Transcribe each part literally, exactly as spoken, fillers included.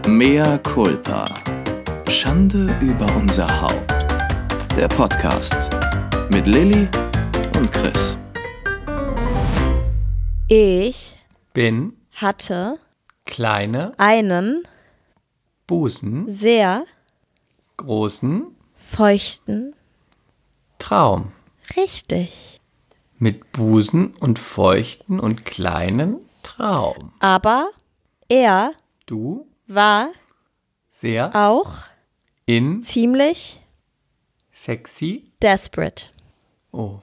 Mea culpa. Schande über unser Haupt. Der Podcast mit Lilly und Chris. Ich bin hatte kleine einen Busen sehr großen feuchten, Traum. richtig, Mit Busen und feuchten und kleinen Traum. aber er Du war sehr auch in ziemlich sexy. desperate. Oh.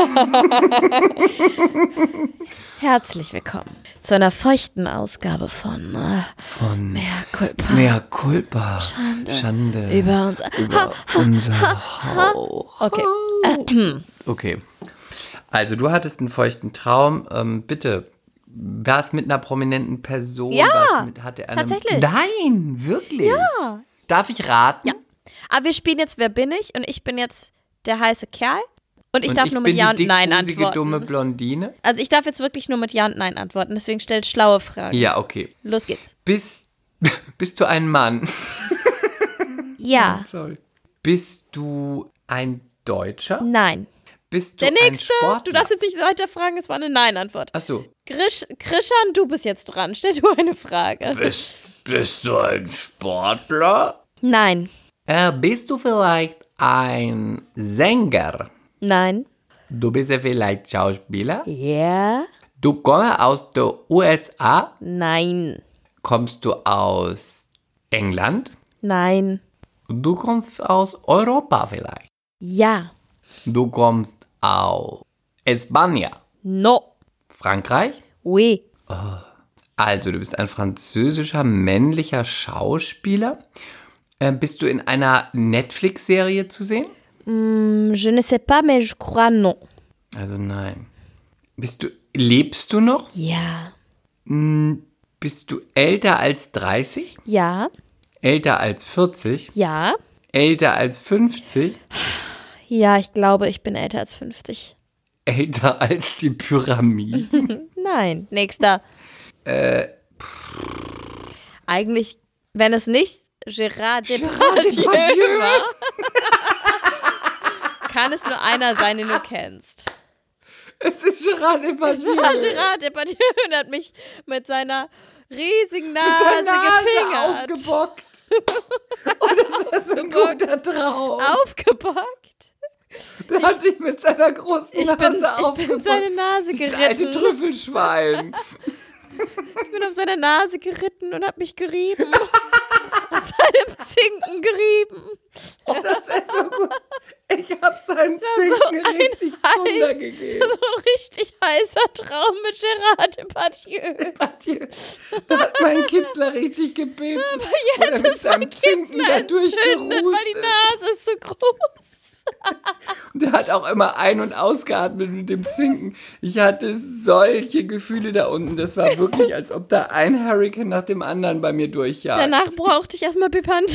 Herzlich willkommen zu einer feuchten Ausgabe von äh, Von Mea culpa. Mea culpa. Schande. Schande Über uns. über unser Hauch. Okay. Okay. Also du hattest einen feuchten Traum. Ähm, bitte, war es mit einer prominenten Person? Ja, War's mit, hatte er eine, tatsächlich. Nein, wirklich? Ja. Darf ich raten? Ja. Aber wir spielen jetzt Wer bin ich? Und ich bin jetzt der heiße Kerl. Und ich Und darf ich nur mit bin Ja die und Nein dickbusige, antworten. dumme Blondine? Also ich darf jetzt wirklich nur mit Ja und Nein antworten. Deswegen stellt schlaue Fragen. Ja, okay. Los geht's. Bist, bist du ein Mann? Ja. Sorry. Bist du ein Deutscher? Nein. Bist du Der nächste. ein Sportler? Du darfst jetzt nicht weiter fragen. Es war eine Nein-Antwort. Ach so. Grisch, Christian, du bist jetzt dran. Stell du eine Frage. Bist, bist du ein Sportler? Nein. Äh, bist du vielleicht ein Sänger? Nein. Du bist ja vielleicht Schauspieler? Ja. Du kommst aus den U S A? Nein. Kommst du aus England? Nein. Du kommst aus Europa vielleicht? Ja. Du kommst aus España? No. Frankreich? Oui. Also, du bist ein französischer männlicher Schauspieler. Äh, bist du in einer Netflix-Serie zu sehen? Mm, je ne sais pas, mais je crois non. Also nein. Bist du, lebst du noch? Ja. Hm, bist du älter als dreißig? Ja. Älter als vierzig? Ja. Älter als fünfzig? Ja, ich glaube, ich bin älter als fünfzig. Älter als die Pyramiden? Nein. Nächster. äh, Eigentlich, wenn es nicht Gérard Gérard Depardieu Depardieu. war, kann es nur einer sein, den du kennst. es ist Gérard Depardieu. Ja, Gérard Depardieu hat mich mit seiner riesigen Nase, Mit der Nase gefingert. aufgebockt. Oh, das ist so ein guter Traum. Aufgebockt. Der hat dich mit seiner großen Ich Nase bin, ich aufgebockt. bin seine Nase Das alte geritten. Trüffelschwein. Ich bin auf seine Nase geritten und hab mich gerieben. An seinem Zinken gerieben. Oh, das wäre so gut. Ich hab seinen Zinken so ein richtig Zunder heiß- gegeben. So ein richtig heißer Traum mit Gérard Depardieu. Depardieu. Da hat mein Kitzler richtig gebeten. Aber Und er jetzt mit ist seinem mein Zinken Kitzler da entzündet, durchgerust weil die ist. Nase ist so groß. Und der hat auch immer ein- und ausgeatmet mit dem Zinken. Ich hatte solche Gefühle da unten. Das war wirklich, als ob da ein Hurricane nach dem anderen bei mir durchjagt. Danach brauchte ich erstmal Bepanthen.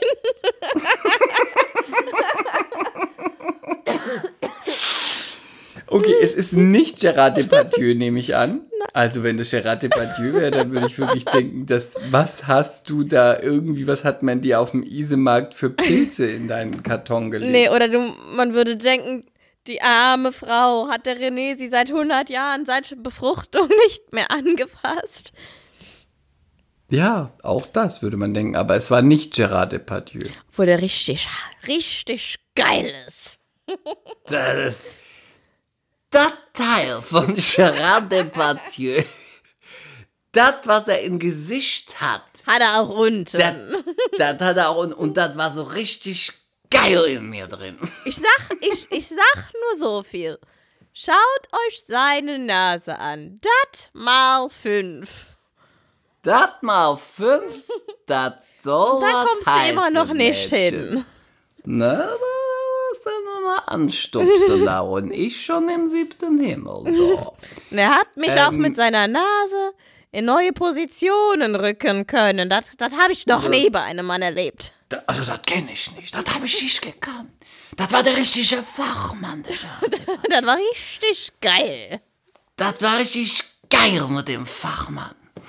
Okay, es ist nicht Gérard Depardieu, nehme ich an. Also wenn das Gérard Depardieu wäre, dann würde ich wirklich denken, dass, was hast du da irgendwie, was hat man dir auf dem Isemarkt für Pilze in deinen Karton gelegt? Nee, oder du, man würde denken, die arme Frau hat der René sie seit hundert Jahren, seit Befruchtung nicht mehr angefasst. Ja, auch das würde man denken, aber es war nicht Gérard Depardieu. Wo der richtig, richtig geil ist. Das, das Teil von Gérard Depardieu, das, was er im Gesicht hat, Hat er auch unten. das, das hat er auch, und, und das war so richtig geil in mir drin. Ich sag, ich, ich sag nur so viel. Schaut euch seine Nase an. Dat mal fünf. Das mal fünf, das soll Da was kommst du immer heißen, noch nicht Mädchen. hin. Na, da musst du nochmal anstupsen da und ich schon im siebten Himmel da. Und er hat mich auch Ähm. mit seiner Nase in neue Positionen rücken können. Das, das habe ich noch nie bei einem Mann erlebt. Da, also das kenne ich nicht, das habe ich nicht gekannt. Das war der richtige Fachmann, der Schade. Das war richtig geil. Das war richtig geil mit dem Fachmann.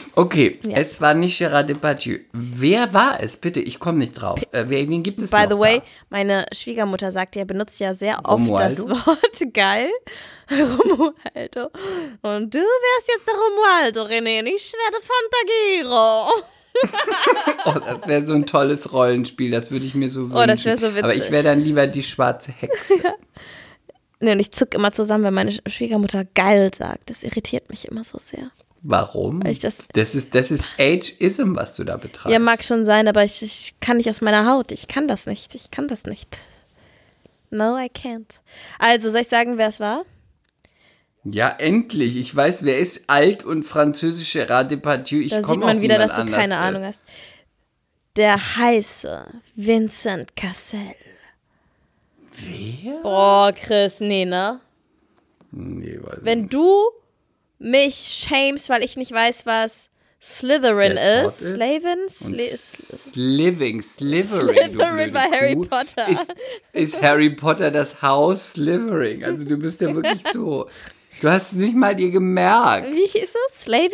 Okay, Ja. es war nicht Gérard Depardieu. Wer war es? Bitte, ich komme nicht drauf. Äh, wer, wen gibt es By noch the way, da? meine Schwiegermutter sagt, er benutzt ja sehr oft Romualdo? das Wort geil. Romualdo. Und du wärst jetzt der Romualdo, René, und ich werde Fantagiro. Oh, das wäre so ein tolles Rollenspiel, das würde ich mir so wünschen. Oh, das wäre so witzig. Aber ich wäre dann lieber die schwarze Hexe. Nee, und ich zuck immer zusammen, wenn meine Schwiegermutter geil sagt. Das irritiert mich immer so sehr. Warum? Weil ich das- das ist, das ist Ageism, was du da betreibst. Ja, mag schon sein, aber ich, ich kann nicht aus meiner Haut. Ich kann das nicht. Ich kann das nicht. No, I can't. Also, soll ich sagen, wer es war? Ja, endlich. Ich weiß, wer ist alt und französisch Gérard Depardieu. Ich Da komme sieht man auf wieder, niemand dass du anders, keine äh. Ahnung hast. Der heiße Vincent Cassel. Wer? Boah, Chris, nee, ne? Nee, weiß Wenn nicht. du mich shamest, weil ich nicht weiß, was Slytherin Der ist. Todd ist. Slavin? Und Sli Sliving, Slivery, du Slytherin blöde bei Harry Kuh. Potter. Ist, ist Harry Potter das Haus Slivering? Also du bist ja wirklich so. Du hast es nicht mal dir gemerkt. Wie hieß es? Slaving?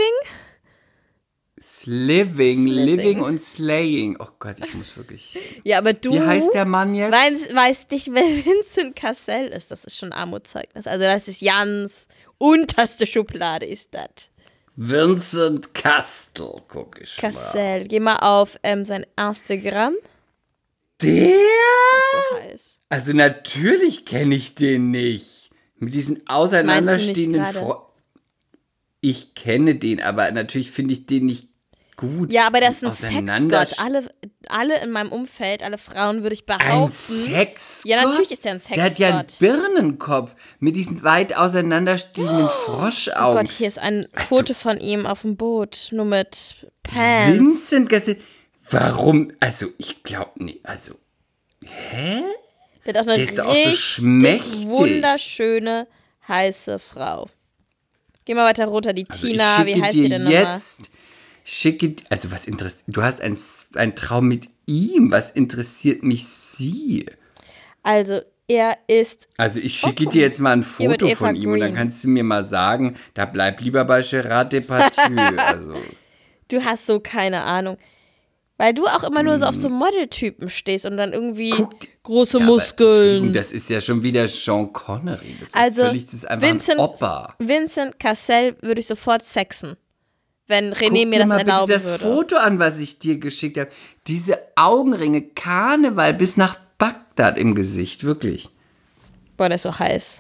Sliving, Sliving. Living und Slaying. Oh Gott, ich muss wirklich. Ja, aber du Wie heißt der Mann jetzt? weißt, weißt nicht, wer Vincent Cassel ist. Das ist schon Armutszeugnis. Also das ist Jans unterste Schublade ist das. Vincent Castle, guck ich mal. Cassel. Geh mal auf ähm, sein Instagram. Der? So heiß. Also natürlich kenne ich den nicht. Mit diesen auseinanderstehenden Meinst du nicht Fro Ich kenne den, aber natürlich finde ich den nicht gut. Ja, aber das ist ein Auseinander- Sexgott. Alle, alle in meinem Umfeld, alle Frauen würde ich Ein behaupten. Sexgott? Ja, natürlich ist der ein Der hat ja einen Sexgott. Birnenkopf mit diesen weit auseinanderstehenden Oh Froschaugen. Gott, hier ist ein Also- Foto von ihm auf dem Boot, nur mit Pants. Vincent Cassel. Warum? Also, ich glaube nicht. Also, hä? Der hat auch eine Der ist doch auch so richtig schmächtig. wunderschöne, heiße Frau. Geh mal weiter runter, die Also Tina, ich wie schicke heißt dir sie denn nochmal? jetzt, schicke, also was interessiert, du hast einen ein Traum mit ihm, was interessiert mich sie? Also, er ist, Also ich schicke dir jetzt mal ein Hier mit Foto Eva von ihm und dann Green. kannst du mir mal sagen, da bleib lieber bei Gérard Depardieu. Also, du hast so keine Ahnung. Weil du auch immer nur so auf so Modeltypen stehst und dann irgendwie Hm. Guck, große ja, aber, Muskeln. Entschuldigung, das ist ja schon wieder Sean Connery. Das ist Also, völlig, das ist einfach Vincent, ein Opa. Vincent Cassel würde ich sofort sexen, wenn René Guck mir dir das mal erlauben bitte das würde. Foto an, was ich dir geschickt habe. Diese Augenringe, Karneval bis nach Bagdad im Gesicht, wirklich. Boah, der ist so heiß.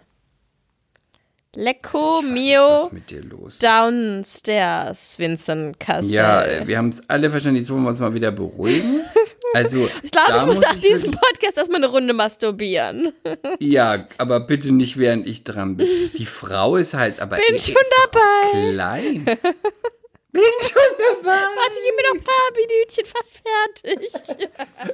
Lecco Ich weiß nicht, mio was mit dir los ist. downstairs, Vincent Cassel. Ja, äh, wir haben es alle verstanden. Jetzt wollen wir uns mal wieder beruhigen. Also, ich glaube, da ich muss nach ich diesem wirklich- Podcast erstmal eine Runde masturbieren. Ja, aber bitte nicht, während ich dran bin. Die Frau ist heiß, aber Bin er schon ist doch dabei. auch klein. Bin schon dabei. Warte, gib mir noch ein paar Minütchen, fast fertig.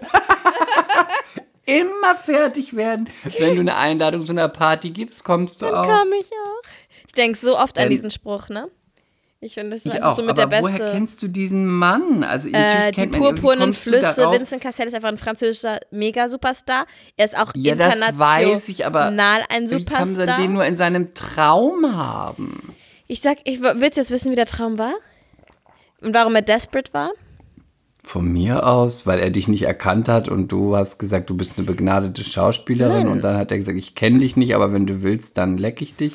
Immer fertig werden. Wenn du eine Einladung zu einer Party gibst, kommst du Dann auch. komme ich auch. Ich denke so oft an Ähm, diesen Spruch, ne? Ich finde, das ist Ich einfach auch, so mit aber der woher beste. kennst du diesen Mann? Also Äh, natürlich die kennt man ihn. Wie purpurnen kommst du Flüsse. darauf? Vincent Cassel ist einfach ein französischer Mega-Superstar. Er ist auch Ja, das international weiß ich, aber ein wie kann Superstar. man den nur in seinem Traum haben? Ich sag, ich willst du jetzt wissen, wie der Traum war? Und warum er desperate war? Von mir aus, weil er dich nicht erkannt hat und du hast gesagt, du bist eine begnadete Schauspielerin. Nein. Und dann hat er gesagt, ich kenne dich nicht, aber wenn du willst, dann leck ich dich.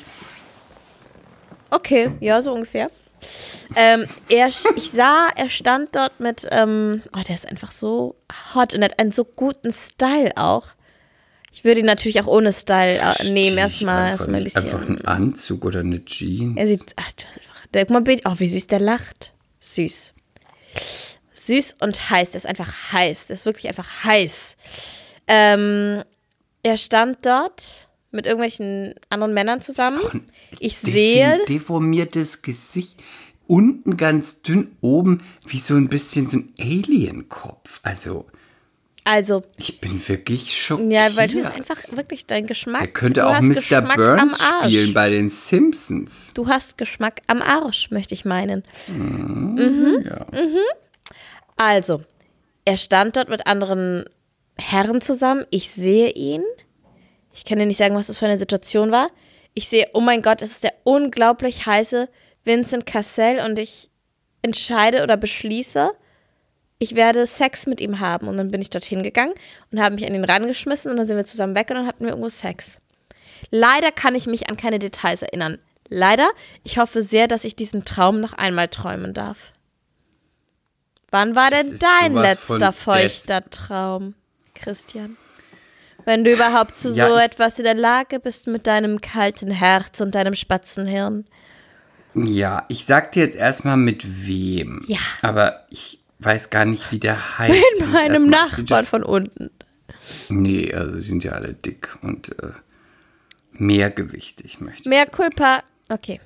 Okay, ja, so ungefähr. ähm, er, ich sah, er stand dort mit, ähm, oh, der ist einfach so hot und hat einen so guten Style auch. Ich würde ihn natürlich auch ohne Style äh, nehmen, erstmal Einfach erstmal ein nicht. bisschen. Einfach ein Anzug oder eine Jeans. Er sieht, ach, du hast einfach, der, guck mal, Bild- oh, wie süß der lacht. Süß. Süß und heiß, der ist einfach heiß, der ist wirklich einfach heiß. Ähm, er stand dort mit irgendwelchen anderen Männern zusammen. Ich sehe, Defin- deformiertes Gesicht. Unten ganz dünn, oben wie so ein bisschen so ein Alien-Kopf. Also, also, ich bin wirklich schockiert. ja, weil du hast einfach wirklich deinen Geschmack. Er könnte du auch hast Mister Geschmack Burns am Arsch. spielen bei den Simpsons. Du hast Geschmack am Arsch, möchte ich meinen. Ja. Also, er stand dort mit anderen Herren zusammen. Ich sehe ihn. Ich kann dir nicht sagen, was das für eine Situation war. Ich sehe, oh mein Gott, es ist der unglaublich heiße Vincent Cassel und ich entscheide oder beschließe, ich werde Sex mit ihm haben. Und dann bin ich dorthin gegangen und habe mich an ihn rangeschmissen und dann sind wir zusammen weg und dann hatten wir irgendwo Sex. Leider kann ich mich an keine Details erinnern. Leider. Ich hoffe sehr, dass ich diesen Traum noch einmal träumen darf. Wann war Das denn ist dein sowas letzter von feuchter Traum, Christian? Wenn du überhaupt zu Ja, so ich- etwas in der Lage bist mit deinem kalten Herz und deinem Spatzenhirn. Ja, ich sag dir jetzt erstmal mit wem. Ja. Aber ich weiß gar nicht, wie der heißt. Mit Ich muss meinem erst mal- Nachbarn von unten. Nee, also die sind ja alle dick und äh, mehrgewichtig, möchte ich Mehr sagen. Culpa. Okay.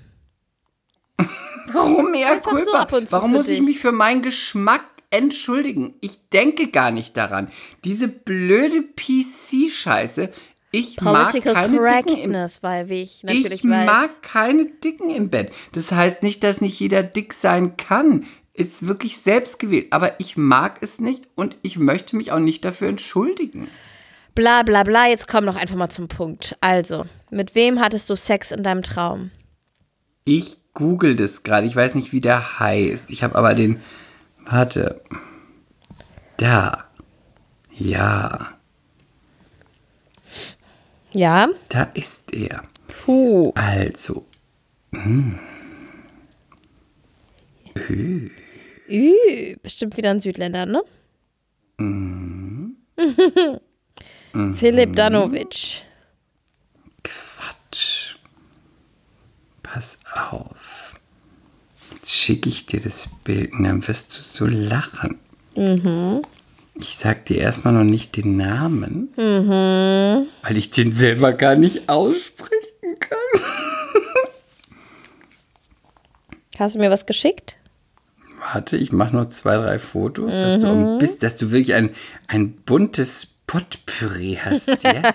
Warum mehr Einfach so Culpa? ab und zu Warum für muss ich dich. mich für meinen Geschmack entschuldigen? Ich denke gar nicht daran. Diese blöde P C-Scheiße. Ich Political mag keine Dicken im Correctness, weil wie ich natürlich Ich weiß. mag keine Dicken im Bett. Das heißt nicht, dass nicht jeder dick sein kann. Ist wirklich selbst gewählt. Aber ich mag es nicht und ich möchte mich auch nicht dafür entschuldigen. Bla bla bla, jetzt komm doch einfach mal zum Punkt. Also, mit wem hattest du Sex in deinem Traum? Ich google das gerade. Ich weiß nicht, wie der heißt. Ich habe aber den... Warte. Da. Ja. Ja? Da ist er. Puh. Also. Hm. Ö. Ü, bestimmt wieder ein Südländer, ne? Mhm. Philipp Danovic. Quatsch. Pass auf. Jetzt schicke ich dir das Bild und dann wirst du so lachen. Mhm. Ich sag dir erstmal noch nicht den Namen, Mhm. weil ich den selber gar nicht aussprechen kann. Hast du mir was geschickt? Warte, ich mache noch zwei, drei Fotos, dass, du, ein bisschen- dass du wirklich ein, ein buntes Potpourri hast. Ja?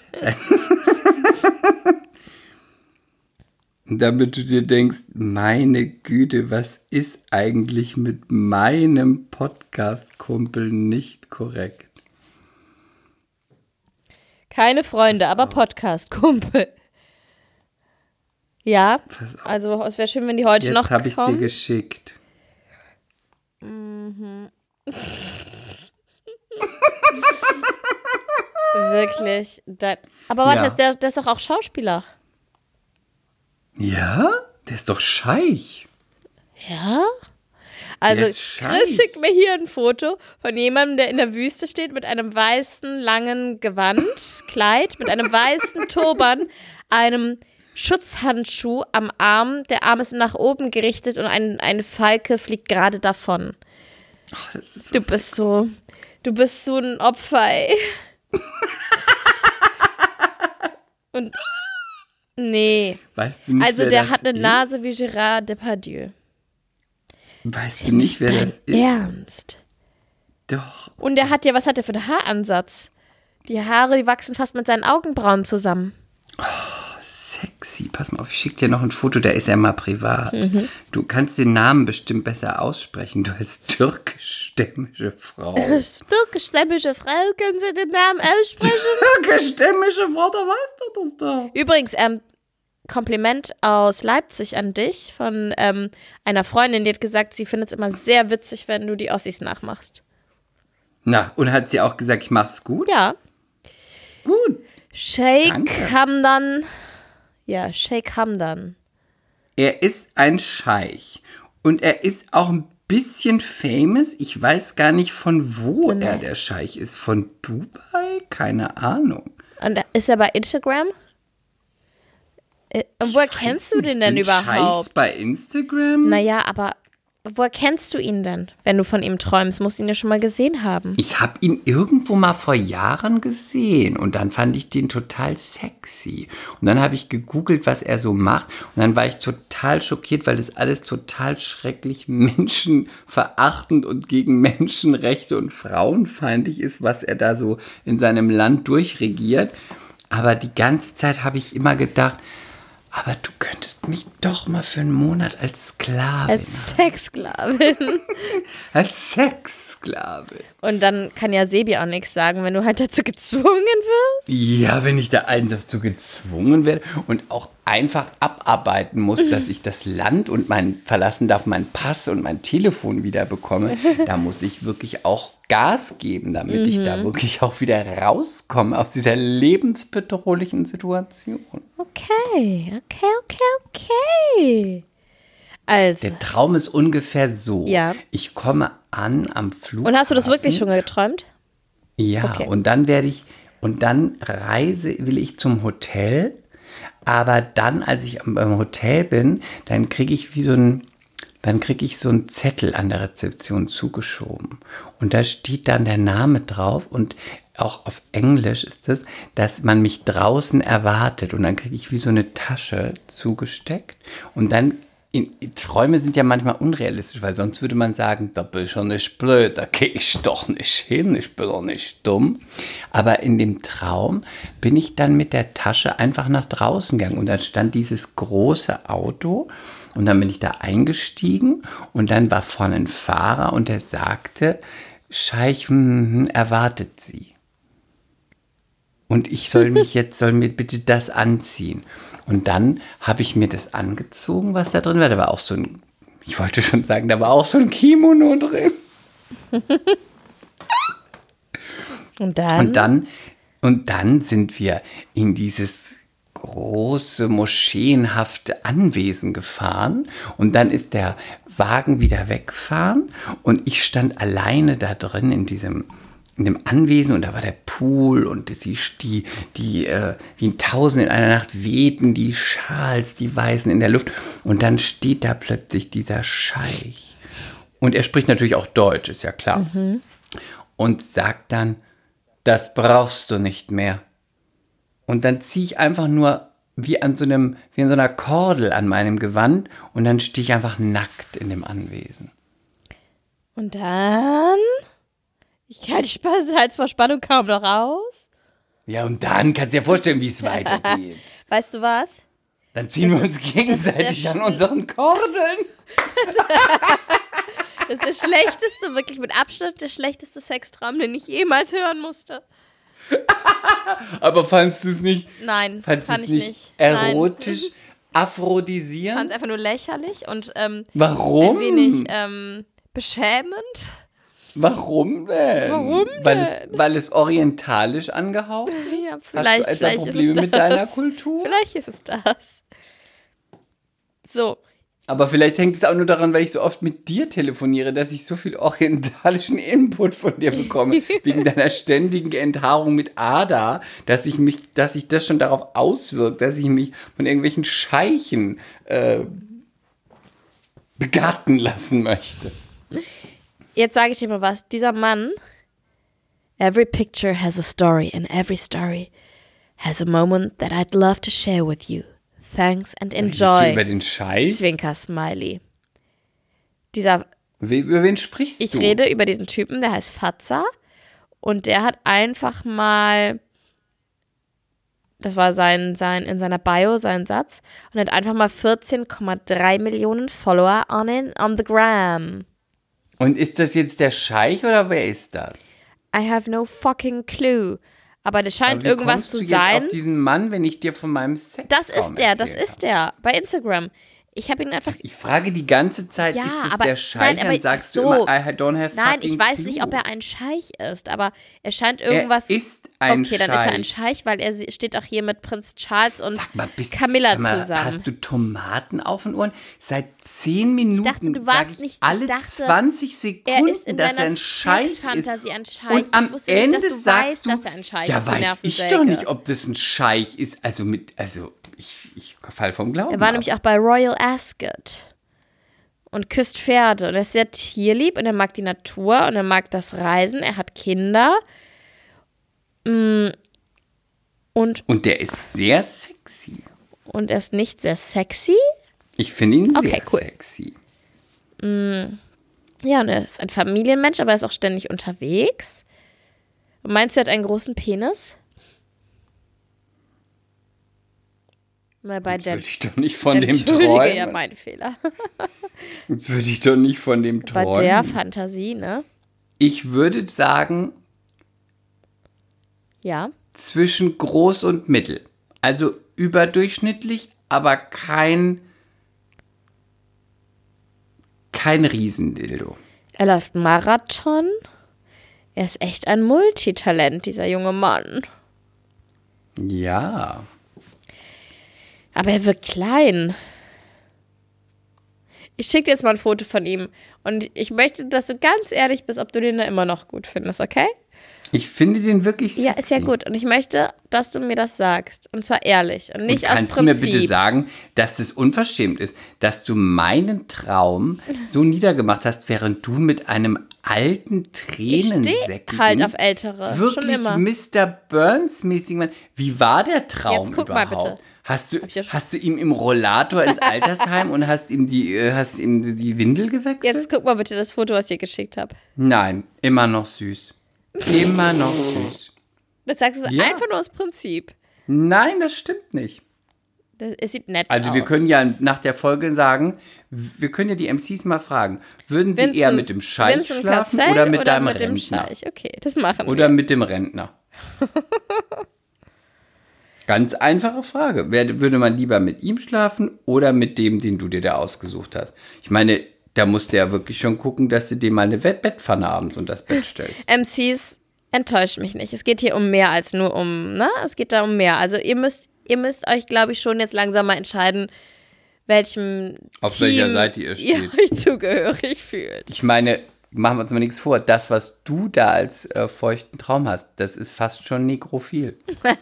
Damit du dir denkst, meine Güte, was ist eigentlich mit meinem Podcast-Kumpel nicht korrekt? Keine Freunde, aber Podcast-Kumpel. Ja, Pass auf. also es wäre schön, wenn die heute noch Jetzt habe ich es dir kommen. geschickt. Wirklich. Dein, aber warte, Ja. der, der ist doch auch Schauspieler. Ja? Der ist doch Scheich. Ja? Also, Der ist scheich. Chris schickt mir hier ein Foto von jemandem, der in der Wüste steht mit einem weißen, langen Gewand, Kleid, mit einem weißen Turban, einem Schutzhandschuh am Arm. Der Arm ist nach oben gerichtet und ein, eine Falke fliegt gerade davon. Oh, das ist so Du bist so, du bist so ein Opfer, ey. Und, nee. Weißt du nicht, Also, wer der das hat eine ist? Nase wie Gérard Depardieu. Weißt du nicht, wer das ist? Ernst. Doch. Und er hat ja, was hat er für einen Haaransatz? Die Haare, die wachsen fast mit seinen Augenbrauen zusammen. Sexy. Pass mal auf, ich schicke dir noch ein Foto, da ist er mal privat. Mhm. Du kannst den Namen bestimmt besser aussprechen. Du als türkischstämmige Frau. Türkischstämmige Frau, können Sie den Namen aussprechen? Türkischstämmige Frau, da weißt du das doch. Übrigens, ähm, Kompliment aus Leipzig an dich von ähm, einer Freundin, die hat gesagt, sie findet es immer sehr witzig, wenn du die Ossis nachmachst. Na, und hat sie auch gesagt, ich mach's gut? Ja. Gut. Sheikh Danke. Hamdan. Ja, Sheikh Hamdan. Er ist ein Scheich. Und er ist auch ein bisschen famous. Ich weiß gar nicht, von wo Nee. er der Scheich ist. Von Dubai? Keine Ahnung. Und ist er bei Instagram? Äh, Und woher Weiß kennst du nicht, den denn sind Scheichs überhaupt? bei Instagram? Naja, aber woher kennst du ihn denn, wenn du von ihm träumst? Musst ihn ja schon mal gesehen haben. Ich habe ihn irgendwo mal vor Jahren gesehen und dann fand ich den total sexy. Und dann habe ich gegoogelt, was er so macht und dann war ich total schockiert, weil das alles total schrecklich menschenverachtend und gegen Menschenrechte und frauenfeindlich ist, was er da so in seinem Land durchregiert. Aber die ganze Zeit habe ich immer gedacht, aber du könntest mich doch mal für einen Monat als Sklavin, Als Sexsklavin. als Sexsklavin. Und dann kann ja Sebi auch nichts sagen, wenn du halt dazu gezwungen wirst. Ja, wenn ich da eins dazu gezwungen werde und auch einfach abarbeiten muss, dass ich das Land und mein verlassen darf, meinen Pass und mein Telefon wieder bekomme, da muss ich wirklich auch Gas geben, damit mhm. ich da wirklich auch wieder rauskomme aus dieser lebensbedrohlichen Situation. Okay, okay, okay, okay. Also. Der Traum ist ungefähr so. Ja. Ich komme an am Flughafen. Und hast du das wirklich schon geträumt? Ja, okay. und dann werde ich, und dann reise, will ich zum Hotel. Aber dann, als ich beim Hotel bin, dann kriege ich wie so ein, dann kriege ich so einen Zettel an der Rezeption zugeschoben. Und da steht dann der Name drauf und auch auf Englisch ist es, dass man mich draußen erwartet. Und dann kriege ich wie so eine Tasche zugesteckt. Und dann, in, Träume sind ja manchmal unrealistisch, weil sonst würde man sagen, da bin ich schon nicht blöd, da gehe ich doch nicht hin, ich bin doch nicht dumm. Aber in dem Traum bin ich dann mit der Tasche einfach nach draußen gegangen und dann stand dieses große Auto und dann bin ich da eingestiegen und dann war vorne ein Fahrer und der sagte, Scheich, hm, erwartet Sie. Und ich soll mich jetzt, soll mir bitte das anziehen. Und dann habe ich mir das angezogen, was da drin war. Da war auch so ein, ich wollte schon sagen, da war auch so ein Kimono drin. Und dann? Und dann, und dann sind wir in dieses große, moscheenhafte Anwesen gefahren. Und dann ist der Wagen wieder weggefahren. Und ich stand alleine da drin in diesem in dem Anwesen und da war der Pool und die, die, die äh, wie ein Tausend in einer Nacht wehten die Schals, die Weißen in der Luft und dann steht da plötzlich dieser Scheich und er spricht natürlich auch Deutsch, ist ja klar, mhm. und sagt dann, das brauchst du nicht mehr. Und dann ziehe ich einfach nur wie an so einem, wie an so einer Kordel an meinem Gewand und dann stehe ich einfach nackt in dem Anwesen. Und dann... Ich halte die Halsverspannung kaum noch aus. Ja, und dann kannst du dir vorstellen, wie es weitergeht. Weißt du was? Dann ziehen das wir uns ist, gegenseitig an unseren Kordeln. Das ist der schlechteste, wirklich mit Abstand der schlechteste Sextraum, den ich jemals hören musste. Aber fandst du es nicht? Nein, fandst fand ich nicht. nicht. Erotisch, Nein. aphrodisierend? Ich fand es einfach nur lächerlich und ähm, Warum? ein wenig ähm, beschämend. Warum denn? Warum denn? Weil es, weil es orientalisch angehaucht ist? Ja, vielleicht, Hast du etwa vielleicht Probleme ist es mit das. deiner Kultur? Vielleicht ist es das. So. Aber vielleicht hängt es auch nur daran, weil ich so oft mit dir telefoniere, dass ich so viel orientalischen Input von dir bekomme, wegen deiner ständigen Enthaarung mit Ada, dass ich mich, dass sich das schon darauf auswirkt, dass ich mich von irgendwelchen Scheichen äh, begatten lassen möchte. Jetzt sage ich dir mal was. Dieser Mann, every picture has a story and every story has a moment that I'd love to share with you. Thanks and enjoy. Redest du über den Scheich? Zwinker-Smiley. Dieser, We- über wen sprichst ich du? Ich rede über diesen Typen, der heißt Fatza und der hat einfach mal, das war sein, sein in seiner Bio, sein Satz, und hat einfach mal vierzehn Komma drei Millionen Follower on, in, on the gram. Und ist das jetzt der Scheich oder wer ist das? I have no fucking clue. Aber das scheint Aber wie irgendwas kommst zu du sein. jetzt auf diesen Mann, wenn ich dir von meinem Sex Das ist der, das ist der. Bei Instagram. Ich habe ihn einfach... Ich frage die ganze Zeit, Ja, ist das aber- der Scheich? nein, aber Dann sagst so. du immer, I don't have Nein, fucking ich weiß clue. nicht, ob er ein Scheich ist, aber er scheint irgendwas... Er ist ein Okay, dann ist er ein Scheich. Scheich, weil er sie- steht auch hier mit Prinz Charles und Sag mal, bist, Camilla sag mal, zusammen. Hast du Tomaten auf den Ohren? Seit zehn Minuten dachte, du sag warst ich nicht- ich alle dachte, zwanzig Sekunden, Er ist in dass er deiner ein Scheich ist. Sexfantasie ein Scheich. Und am ich wusste nicht, Ende dass du sagst weißt, du, dass er ein Scheich ja, ist. du weiß ich Nervensäge. doch nicht, ob das ein Scheich ist. Also mit, also ich, ich fall vom Glauben Er war ab. nämlich auch bei Royal Ascot und küsst Pferde. Und er ist sehr tierlieb und er mag die Natur und er mag das Reisen. Er hat Kinder. Mm, Und, Und der ist sehr sexy. und er ist nicht sehr sexy. Ich finde ihn Okay, sehr cool. sexy. Ja, und er ist ein Familienmensch, aber er ist auch ständig unterwegs. Und meinst du, er hat einen großen Penis? Weil bei Jetzt der, würde ich doch nicht von dem Entschuldige, träumen. ja, mein Fehler. Jetzt würde ich doch nicht von dem Bei träumen. der Fantasie, ne? Ich würde sagen, Ja. zwischen groß und mittel. Also überdurchschnittlich, aber kein, kein Riesendildo. Er läuft Marathon. Er ist echt ein Multitalent, dieser junge Mann. Ja. Aber er wird klein. Ich schicke dir jetzt mal ein Foto von ihm. Und ich möchte, dass du ganz ehrlich bist, ob du den da immer noch gut findest, okay? Ich finde den wirklich sexy. Ja, ist ja gut. Und ich möchte, dass du mir das sagst. Und zwar ehrlich und nicht und aus kannst Prinzip. Kannst du mir bitte sagen, dass es unverschämt ist, dass du meinen Traum so niedergemacht hast, während du mit einem alten Tränensäckigen, ich steh halt auf Ältere, wirklich schon immer. Mister Burns-mäßigen Mann. Wie war der Traum Jetzt guck überhaupt? mal bitte. Hast du, Ja hast du ihm im Rollator ins Altersheim und hast ihm die, äh, hast ihm die Windel gewechselt? Jetzt guck mal bitte das Foto, was ich dir geschickt habe. Nein, immer noch süß. Immer noch süß. Das sagst du Ja. einfach nur aus Prinzip. Nein, das stimmt nicht. Das, es sieht nett Also aus. wir können ja nach der Folge sagen, wir können ja die M Cs mal fragen, würden sie Vincent- eher mit dem Scheich Vincent schlafen Cassel oder mit oder deinem mit dem Rentner? Scheich? Okay, das machen Oder wir. mit dem Rentner? Ganz einfache Frage. Wer, würde man lieber mit ihm schlafen oder mit dem, den du dir da ausgesucht hast? Ich meine, da musst du ja wirklich schon gucken, dass du dir mal eine Bett- Bettpfanne abends unter das Bett stellst. M Cs enttäuscht mich nicht. Es geht hier um mehr als nur um, ne? Es geht da um mehr. Also ihr müsst, ihr müsst euch, glaube ich, schon jetzt langsam mal entscheiden, welchem Auf Team welcher Seite ihr ihr steht. euch zugehörig fühlt. Ich meine, machen wir uns mal nichts vor. Das, was du da als äh, feuchten Traum hast, das ist fast schon nekrophil.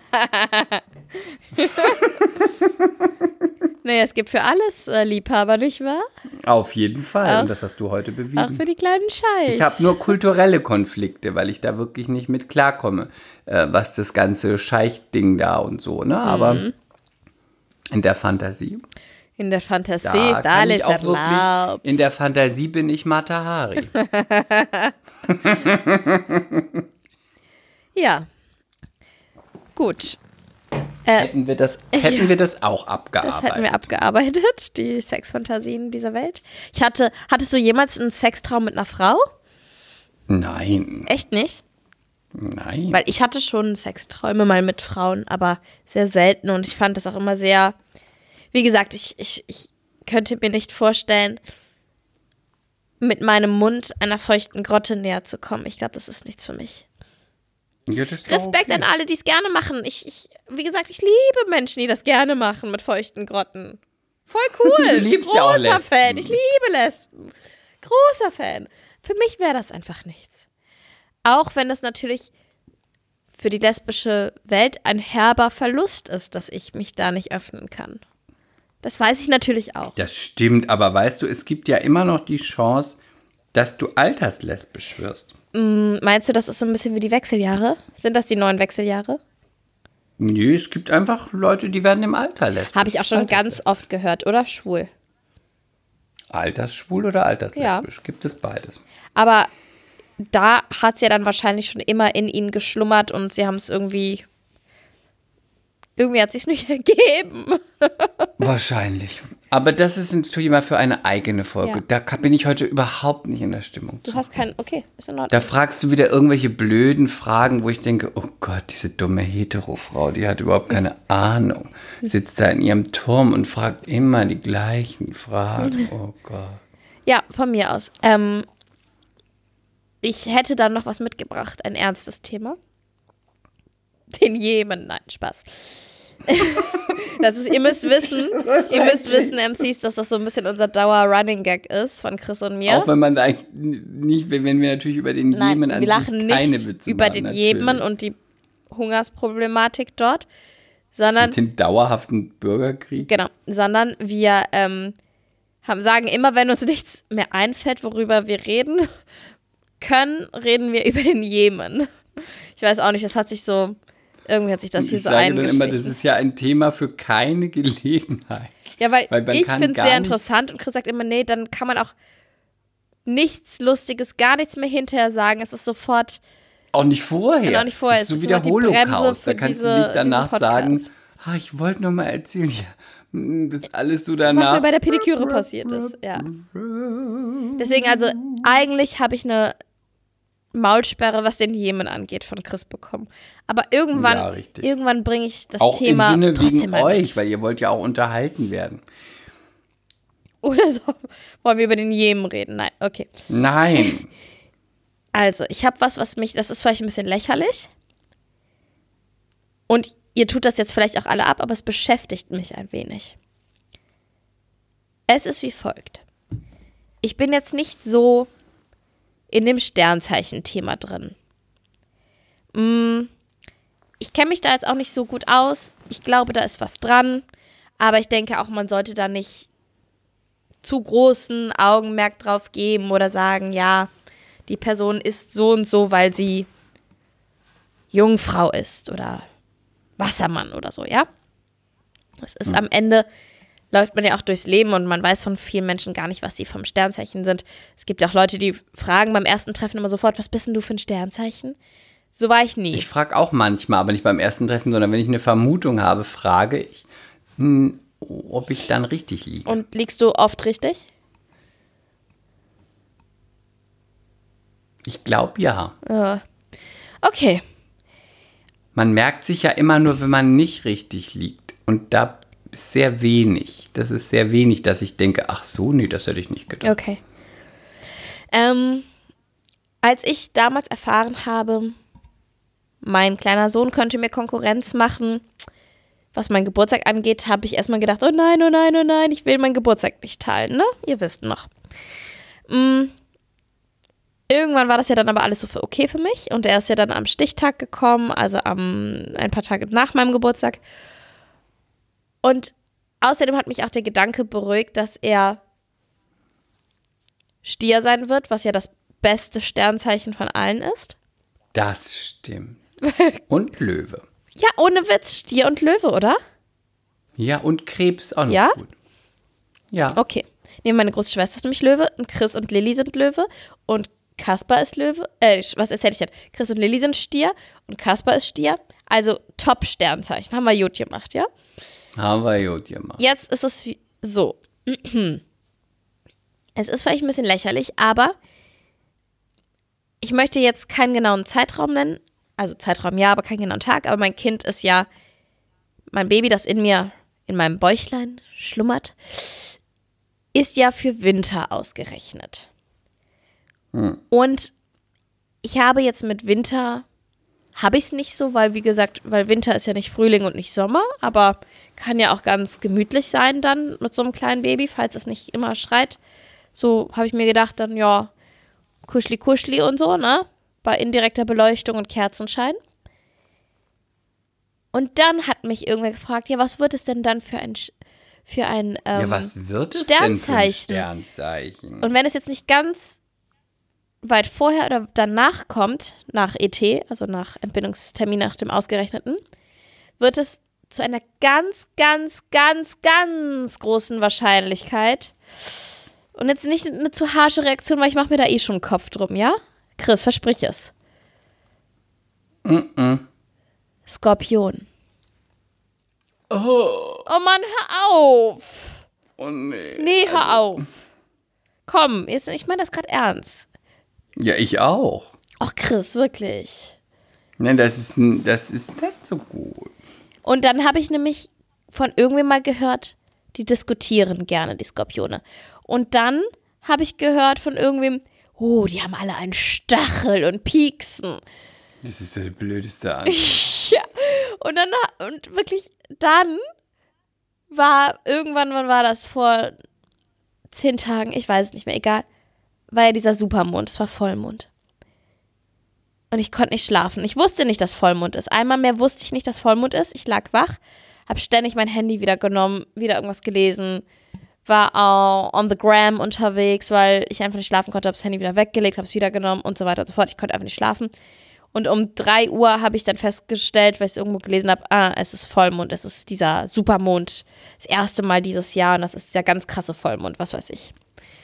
Naja, es gibt für alles äh, Liebhaber, nicht wahr? Auf jeden Fall. Auch- Und das hast du heute bewiesen. Auch für die kleinen Scheiß. Ich habe nur kulturelle Konflikte, weil ich da wirklich nicht mit klarkomme, äh, was das ganze Scheich-Ding da und so, ne? Aber Mhm. in der Fantasie, In der Fantasie da ist kann alles ich auch wirklich, erlaubt. in der Fantasie bin ich Mata Hari. Ja. Gut. hätten wir das, hätten ja. wir das auch Das abgearbeitet. hätten wir abgearbeitet, die Sexfantasien dieser Welt. Ich hatte, hattest du jemals einen Sextraum mit einer Frau? Nein, Echt nicht? nein. Weil ich hatte schon Sexträume mal mit Frauen, aber sehr selten und ich fand das auch immer sehr, wie gesagt, ich, ich, ich könnte mir nicht vorstellen, mit meinem Mund einer feuchten Grotte näher zu kommen. Ich glaube, das ist nichts für mich. Ja, das ist doch Respekt okay. an alle, die es gerne machen. Ich, ich, wie gesagt, ich liebe Menschen, die das gerne machen mit feuchten Grotten. Voll cool. Du liebst Großer ja auch Lesben. Fan. Ich liebe Lesben. Großer Fan. Für mich wäre das einfach nichts. Auch wenn das natürlich für die lesbische Welt ein herber Verlust ist, dass ich mich da nicht öffnen kann. Das weiß ich natürlich auch. Das stimmt, aber weißt du, es gibt ja immer noch die Chance, dass du alterslesbisch wirst. Meinst du, das ist so ein bisschen wie die Wechseljahre? Sind das die neuen Wechseljahre? Nee, es gibt einfach Leute, die werden im Alter lesbisch. Habe ich auch schon Alters- ganz oft gehört, oder? Schwul. Altersschwul oder alterslesbisch? Gibt es beides. Aber da hat es ja dann wahrscheinlich schon immer in ihnen geschlummert und sie haben es irgendwie. Irgendwie hat es sich nicht ergeben. Wahrscheinlich. Aber das ist ein Thema für eine eigene Folge. Ja. Da ka- bin ich heute überhaupt nicht in der Stimmung Du zu. hast keinen. Okay, ist in Ordnung. Da fragst du wieder irgendwelche blöden Fragen, wo ich denke, oh Gott, diese dumme Hetero-Frau, die hat überhaupt keine Ahnung. Sitzt da in ihrem Turm und fragt immer die gleichen Fragen. Oh Gott. Ja, von mir aus. Ähm, ich hätte dann noch was mitgebracht, ein ernstes Thema. Den Jemen, nein, Spaß. Das ist, ihr müsst wissen, ihr müsst wissen, M Cs, dass das so ein bisschen unser Dauer-Running-Gag ist von Chris und mir. Auch wenn man da eigentlich nicht, wenn wir natürlich über den Nein, Jemen an wir lachen sich keine nicht Witze über machen, den natürlich. Jemen und die Hungersproblematik dort, sondern Und den dauerhaften Bürgerkrieg. genau, sondern wir ähm, haben, sagen immer, wenn uns nichts mehr einfällt, worüber wir reden können, reden wir über den Jemen. Ich weiß auch nicht, das hat sich so, irgendwie hat sich das Und hier ich so sage dann immer, das eingeschlichen. ist ja ein Thema für keine Gelegenheit. Ja, weil, weil man ich kann finde es gar sehr nicht- interessant und Chris sagt immer, nee, dann kann man auch nichts Lustiges, gar nichts mehr hinterher sagen. Es ist sofort, Auch nicht vorher. Und auch nicht vorher. Das ist so Es wie ist der immer die Bremse Holocaust. Da für kannst diese- du nicht danach diesen Podcast. sagen, ah, ich wollte noch mal erzählen, ja, hm, das alles so was danach. mir bei der Pediküre passiert ist. Ja. Deswegen, also eigentlich habe ich eine Maulsperre, was den Jemen angeht, von Chris bekommen. Aber irgendwann, Ja, richtig. irgendwann bringe ich das Auch Thema im Sinne trotzdem wegen mal euch, mit. weil ihr wollt ja auch unterhalten werden. Oder so, wollen wir über den Jemen reden? Nein, okay. Nein. Also, ich habe was, was mich, das ist vielleicht ein bisschen lächerlich. Und ihr tut das jetzt vielleicht auch alle ab, aber es beschäftigt mich ein wenig. Es ist wie folgt. Ich bin jetzt nicht so in dem Sternzeichen-Thema drin. Ich kenne mich da jetzt auch nicht so gut aus. Ich glaube, da ist was dran. Aber ich denke auch, man sollte da nicht zu großen Augenmerk drauf geben oder sagen, ja, die Person ist so und so, weil sie Jungfrau ist oder Wassermann oder so, ja? Das ist hm. am Ende, läuft man ja auch durchs Leben und man weiß von vielen Menschen gar nicht, was sie vom Sternzeichen sind. Es gibt ja auch Leute, die fragen beim ersten Treffen immer sofort, was bist denn du für ein Sternzeichen? So war ich nie. Ich frage auch manchmal, aber nicht beim ersten Treffen, sondern wenn ich eine Vermutung habe, frage ich, hm, ob ich dann richtig liege. Und liegst du oft richtig? Ich glaube, ja. Ja. Okay. Man merkt sich ja immer nur, wenn man nicht richtig liegt. Und da ist sehr wenig. Das ist sehr wenig, dass ich denke, ach so, nee, das hätte ich nicht gedacht. Okay. Ähm, als ich damals erfahren habe, mein kleiner Sohn könnte mir Konkurrenz machen, was meinen Geburtstag angeht, habe ich erstmal gedacht, oh nein, oh nein, oh nein, ich will meinen Geburtstag nicht teilen, ne? Ihr wisst noch. Mm. Irgendwann war das ja dann aber alles so für okay für mich und er ist ja dann am Stichtag gekommen, also am, ein paar Tage nach meinem Geburtstag. Und außerdem hat mich auch der Gedanke beruhigt, dass er Stier sein wird, was ja das beste Sternzeichen von allen ist. Das stimmt. Und Löwe. Ja, ohne Witz, Stier und Löwe, oder? Ja, und Krebs auch noch Ja? gut. Ja. Okay. Nee, meine große Schwester ist nämlich Löwe und Chris und Lilly sind Löwe und Kaspar ist Löwe. Äh, was erzähl ich denn? Chris und Lilly sind Stier und Kaspar ist Stier. Also Top-Sternzeichen. Haben wir gut gemacht, ja? Haben wir gut gemacht. Jetzt ist es wie so. Es ist vielleicht ein bisschen lächerlich, aber ich möchte jetzt keinen genauen Zeitraum nennen. Also Zeitraum ja, aber keinen genauen Tag. Aber mein Kind ist ja, mein Baby, das in mir, in meinem Bäuchlein schlummert, ist ja für Winter ausgerechnet. Hm. Und ich habe jetzt mit Winter, habe ich es nicht so, weil wie gesagt, weil Winter ist ja nicht Frühling und nicht Sommer, aber kann ja auch ganz gemütlich sein dann mit so einem kleinen Baby, falls es nicht immer schreit. So habe ich mir gedacht, dann ja, kuschli kuschli und so, ne? Bei indirekter Beleuchtung und Kerzenschein. Und dann hat mich irgendwer gefragt, ja, was wird es denn dann für ein, für ein ähm, ja, was wird es Sternzeichen? denn für ein Sternzeichen? Und wenn es jetzt nicht ganz weit vorher oder danach kommt, nach E T, also nach Entbindungstermin, nach dem Ausgerechneten, wird es zu einer ganz, ganz, ganz, ganz großen Wahrscheinlichkeit, und jetzt nicht eine zu harsche Reaktion, weil ich mache mir da eh schon einen Kopf drum, ja? Chris, versprich es. Mm-mm. Skorpion. Oh. Oh Mann, hör auf. Oh nee. Nee, hör also, auf. Komm, jetzt, ich meine das gerade ernst. Ja, ich auch. Ach, Chris, wirklich. Nein, das ist, das ist nicht so gut. Und dann habe ich nämlich von irgendwem mal gehört, die diskutieren gerne, die Skorpione. Und dann habe ich gehört von irgendwem, oh, die haben alle einen Stachel und pieksen. Das ist ja der blödeste Antwort. Ja, und dann, und wirklich, dann war, irgendwann, wann war das, vor zehn Tagen, ich weiß es nicht mehr, egal, war ja dieser Supermond, es war Vollmond. Und ich konnte nicht schlafen. Ich wusste nicht, dass Vollmond ist. Einmal mehr wusste ich nicht, dass Vollmond ist. Ich lag wach, habe ständig mein Handy wieder genommen, wieder irgendwas gelesen, war auch on the gram unterwegs, weil ich einfach nicht schlafen konnte, habe das Handy wieder weggelegt, habe es wieder genommen und so weiter und so fort. Ich konnte einfach nicht schlafen. Und um drei Uhr habe ich dann festgestellt, weil ich es irgendwo gelesen habe, ah, es ist Vollmond, es ist dieser Supermond, das erste Mal dieses Jahr und das ist der ganz krasse Vollmond, was weiß ich.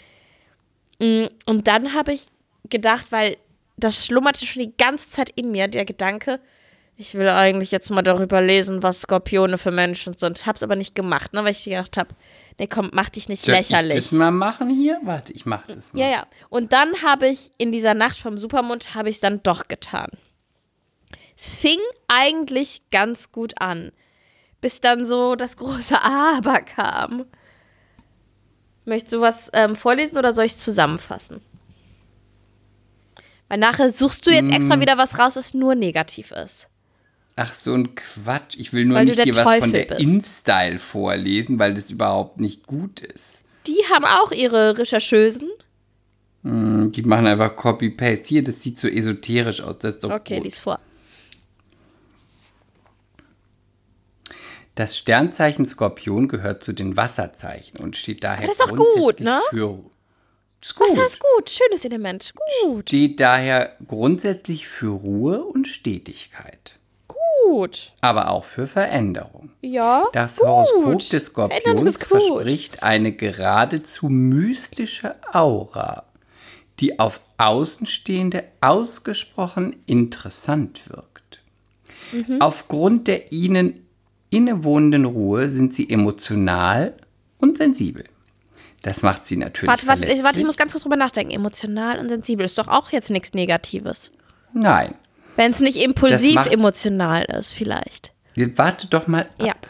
Und dann habe ich gedacht, weil das schlummerte schon die ganze Zeit in mir, der Gedanke, Ich will eigentlich jetzt mal darüber lesen, was Skorpione für Menschen sind. Hab's aber nicht gemacht, ne, weil ich gedacht habe, nee, komm, mach dich nicht Soll lächerlich. ich das mal machen hier? Warte, ich mach das mal. Ja, ja. Und dann habe ich in dieser Nacht vom Supermond, habe ich es dann doch getan. Es fing eigentlich ganz gut an, bis dann so das große Aber kam. Möchtest du was ähm, vorlesen oder soll ich es zusammenfassen? Weil nachher suchst du jetzt extra wieder was raus, was nur negativ ist. Ach, so ein Quatsch. Ich will nur Weil du nicht der dir was Teufel von der bist. InStyle vorlesen, weil das überhaupt nicht gut ist. Die haben auch ihre Rechercheusen. Hm, die machen einfach Copy-Paste. Hier, das sieht so esoterisch aus. Das ist doch Okay, gut. lies vor. Das Sternzeichen Skorpion gehört zu den Wasserzeichen und steht daher das ist doch grundsätzlich gut, ne? für ist gut. Wasser ist gut, schönes Element. Gut, Steht daher grundsätzlich für Ruhe und Stetigkeit, gut. aber auch für Veränderung. Ja, Das gut. Horoskop des Verändern Skorpions ist gut. verspricht eine geradezu mystische Aura, die auf Außenstehende ausgesprochen interessant wirkt. Mhm. Aufgrund der ihnen innewohnenden Ruhe sind sie emotional und sensibel. Das macht sie natürlich Warte, warte, ich, verletzlich. warte, ich muss ganz kurz drüber nachdenken. Emotional und sensibel ist doch auch jetzt nichts Negatives. Nein, Wenn es nicht impulsiv macht's- emotional ist, vielleicht. warte doch mal ab. Ja.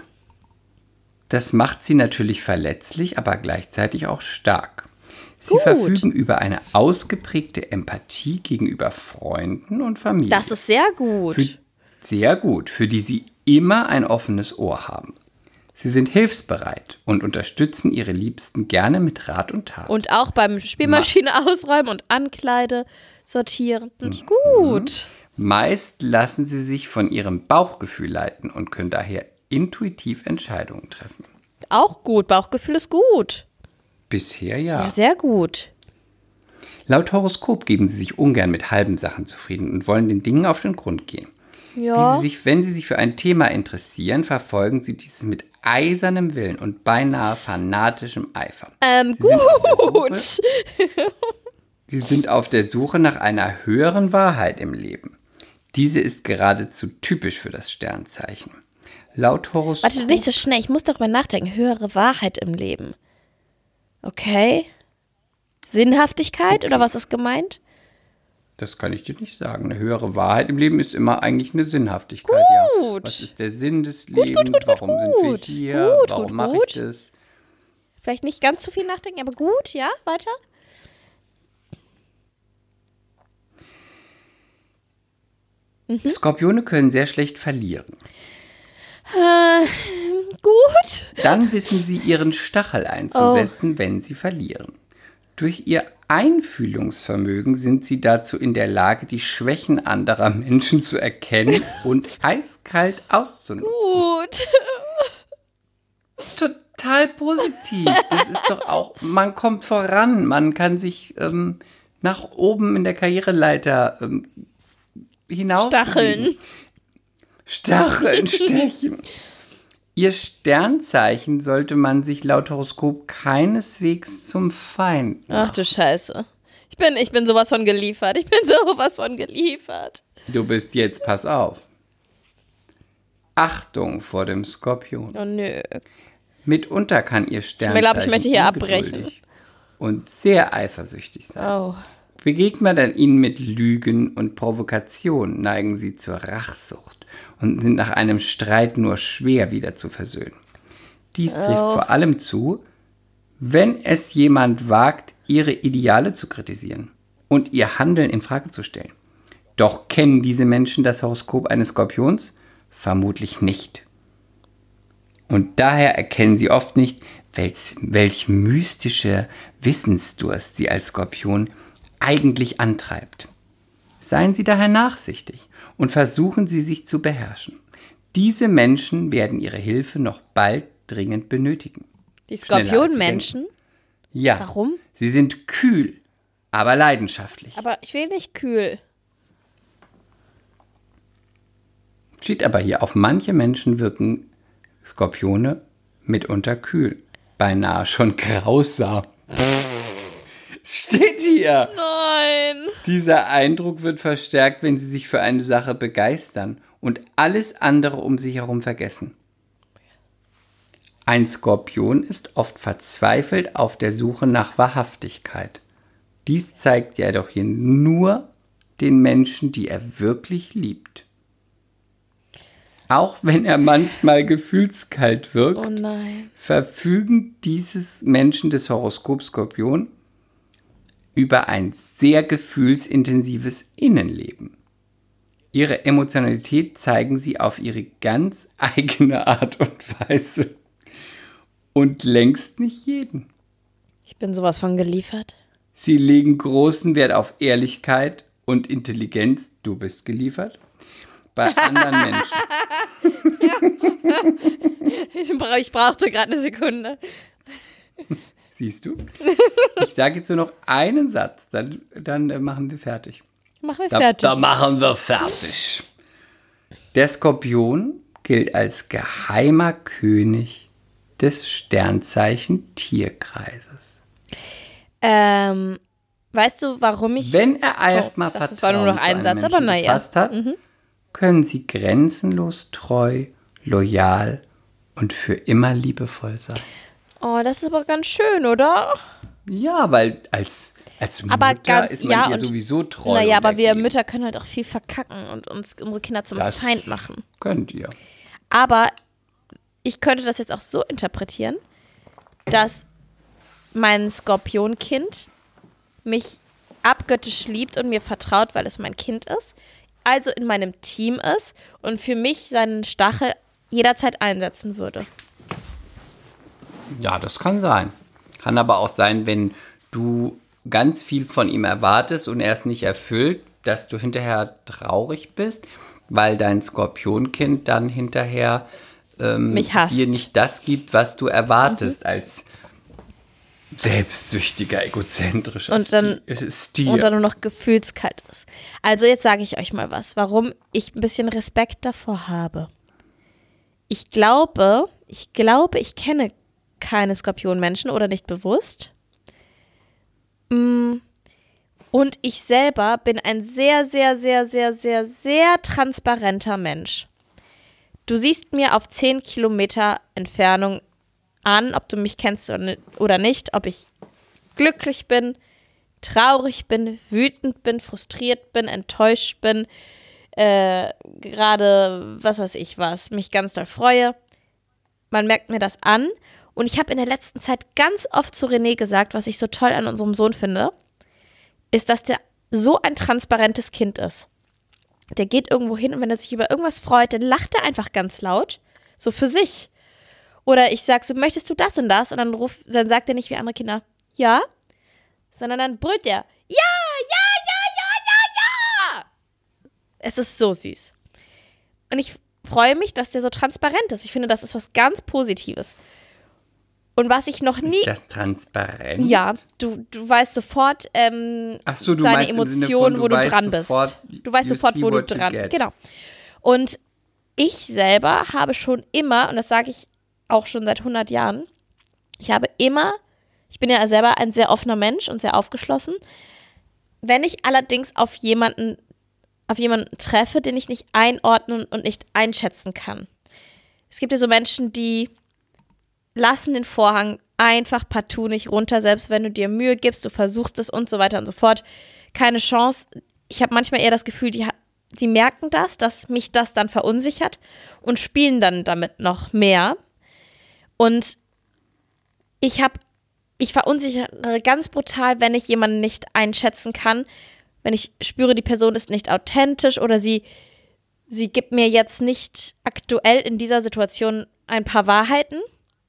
Das macht sie natürlich verletzlich, aber gleichzeitig auch stark. Sie Gut. verfügen über eine ausgeprägte Empathie gegenüber Freunden und Familie. Das ist sehr gut. Für, sehr gut, für die sie immer ein offenes Ohr haben. Sie sind hilfsbereit und unterstützen ihre Liebsten gerne mit Rat und Tat. Und auch beim Spielmaschine ausräumen und Ankleide sortieren. Mhm. Gut. Meist lassen sie sich von ihrem Bauchgefühl leiten und können daher intuitiv Entscheidungen treffen. Auch gut. Bauchgefühl ist gut. Bisher ja. Ja, sehr gut. Laut Horoskop geben sie sich ungern mit halben Sachen zufrieden und wollen den Dingen auf den Grund gehen. Wie Ja. sie sich, wenn sie sich für ein Thema interessieren, verfolgen sie dieses mit eisernem Willen und beinahe fanatischem Eifer. Ähm, Sie sind auf der gut. Suche- Sie sind auf der Suche nach einer höheren Wahrheit im Leben. Diese ist geradezu typisch für das Sternzeichen. Laut Horoskop... Warte, nicht so schnell. Ich muss darüber nachdenken. Höhere Wahrheit im Leben. Okay. Sinnhaftigkeit oder was ist gemeint? Das kann ich dir nicht sagen. Eine höhere Wahrheit im Leben ist immer eigentlich eine Sinnhaftigkeit. Gut. Ja. Was ist der Sinn des gut, Lebens? gut, gut, Warum sind wir gut. hier? Gut, Warum gut, mache gut. ich das? Vielleicht nicht ganz zu viel nachdenken, aber gut, ja, weiter. Mhm. Skorpione können sehr schlecht verlieren. Äh, gut. Dann wissen sie, ihren Stachel einzusetzen, Oh. wenn sie verlieren. Durch ihr Einfühlungsvermögen sind sie dazu in der Lage, die Schwächen anderer Menschen zu erkennen und eiskalt auszunutzen. Gut. Total positiv. Das ist doch auch, man kommt voran, man kann sich ähm, nach oben in der Karriereleiter ähm, hinaus Stacheln. Stacheln, stechen. Ihr Sternzeichen sollte man sich laut Horoskop keineswegs zum Feind machen. Ach du Scheiße. Ich bin, ich bin sowas von geliefert. Ich bin sowas von geliefert. Du bist jetzt, pass auf. Achtung vor dem Skorpion. Oh nö. Mitunter kann ihr Sternzeichen mir glaub, ich möchte hier ungeduldig abbrechen. und sehr eifersüchtig sein. Oh. Begegnet man dann ihnen mit Lügen und Provokation, neigen sie zur Rachsucht und sind nach einem Streit nur schwer wieder zu versöhnen. Dies trifft Oh. vor allem zu, wenn es jemand wagt, ihre Ideale zu kritisieren und ihr Handeln in Frage zu stellen. Doch kennen diese Menschen das Horoskop eines Skorpions? Vermutlich nicht. Und daher erkennen sie oft nicht, welch, welch mystische Wissensdurst sie als Skorpion eigentlich antreibt. Seien Sie daher nachsichtig und versuchen Sie, sich zu beherrschen. Diese Menschen werden Ihre Hilfe noch bald dringend benötigen. Die Schneller, als Sie Skorpionmenschen? denken. Ja. Warum? Sie sind kühl, aber leidenschaftlich. Aber ich will nicht kühl. Steht aber hier, auf manche Menschen wirken Skorpione mitunter kühl. Beinahe schon grausam. Steht hier. Nein. Dieser Eindruck wird verstärkt, wenn sie sich für eine Sache begeistern und alles andere um sich herum vergessen. Ein Skorpion ist oft verzweifelt auf der Suche nach Wahrhaftigkeit. Dies zeigt er jedoch hier nur den Menschen, die er wirklich liebt. Auch wenn er manchmal gefühlskalt wirkt, Oh nein. verfügen dieses Menschen des Horoskops Skorpion über ein sehr gefühlsintensives Innenleben. Ihre Emotionalität zeigen sie auf ihre ganz eigene Art und Weise und längst nicht jeden. Ich bin sowas von geliefert. Sie legen großen Wert auf Ehrlichkeit und Intelligenz. Du bist geliefert. Bei anderen Menschen. Ich, brauch, ich brauchte gerade eine Sekunde. Siehst du? Ich sage jetzt nur noch einen Satz, dann, dann äh, machen wir fertig. Machen wir Da, fertig. da machen wir fertig. Der Skorpion gilt als geheimer König des Sternzeichen Tierkreises. Ähm, weißt du, warum ich... Wenn er erstmal Oh, das Vertrauen war nur noch zu ein einem Satz, Menschen aber naja. gefasst hat, können sie grenzenlos treu, loyal und für immer liebevoll sein. Oh, das ist aber ganz schön, oder? Ja, weil als, als Mutter Aber ganz- ist man ja, dir und- sowieso treu. Naja, und aber wir ergeben. Mütter können halt auch viel verkacken und uns unsere Kinder zum Das Feind machen. Könnt ihr. Aber ich könnte das jetzt auch so interpretieren, dass mein Skorpionkind mich abgöttisch liebt und mir vertraut, weil es mein Kind ist, also in meinem Team ist und für mich seinen Stachel jederzeit einsetzen würde. Ja, das kann sein. Kann aber auch sein, wenn du ganz viel von ihm erwartest und er es nicht erfüllt, dass du hinterher traurig bist, weil dein Skorpionkind dann hinterher ähm, Mich hasst. dir nicht das gibt, was du erwartest als selbstsüchtiger, egozentrischer Und dann- Sti- Stier. Und dann nur noch gefühlskalt ist. Also jetzt sage ich euch mal was, warum ich ein bisschen Respekt davor habe. Ich glaube, ich glaube, ich kenne keine Skorpionmenschen oder nicht bewusst. Mm. Und ich selber bin ein sehr, sehr, sehr, sehr, sehr, sehr transparenter Mensch. Du siehst mir auf zehn Kilometer Entfernung an, ob du mich kennst oder nicht, ob ich glücklich bin, traurig bin, wütend bin, frustriert bin, enttäuscht bin, äh, gerade was weiß ich was, mich ganz doll freue. Man merkt mir das an. Und ich habe in der letzten Zeit ganz oft zu René gesagt, was ich so toll an unserem Sohn finde, ist, dass der so ein transparentes Kind ist. Der geht irgendwo hin und wenn er sich über irgendwas freut, dann lacht er einfach ganz laut, so für sich. Oder ich sag so, möchtest du das und das? Und dann, ruft, dann sagt er nicht wie andere Kinder, ja, sondern dann brüllt er, ja, ja, ja, ja, ja, ja. Es ist so süß. Und ich freue mich, dass der so transparent ist. Ich finde, das ist was ganz Positives. Und was ich noch nie... Ist das transparent? Ja, du, du weißt sofort ähm, Ach so, du seine meinst im Sinne Emotionen, von, du wo du weißt dran bist. sofort, Du weißt you sofort, see wo du what you dran get. bist. Genau. Und ich selber habe schon immer, und das sage ich auch schon seit hundert Jahren, ich habe immer, ich bin ja selber ein sehr offener Mensch und sehr aufgeschlossen. Wenn ich allerdings auf jemanden, auf jemanden treffe, den ich nicht einordnen und nicht einschätzen kann. Es gibt ja so Menschen, die lassen den Vorhang einfach partout nicht runter, selbst wenn du dir Mühe gibst, du versuchst es und so weiter und so fort. Keine Chance. Ich habe manchmal eher das Gefühl, die, die merken das, dass mich das dann verunsichert und spielen dann damit noch mehr. Und ich habe, ich verunsichere ganz brutal, wenn ich jemanden nicht einschätzen kann, wenn ich spüre, die Person ist nicht authentisch oder sie, sie gibt mir jetzt nicht aktuell in dieser Situation ein paar Wahrheiten,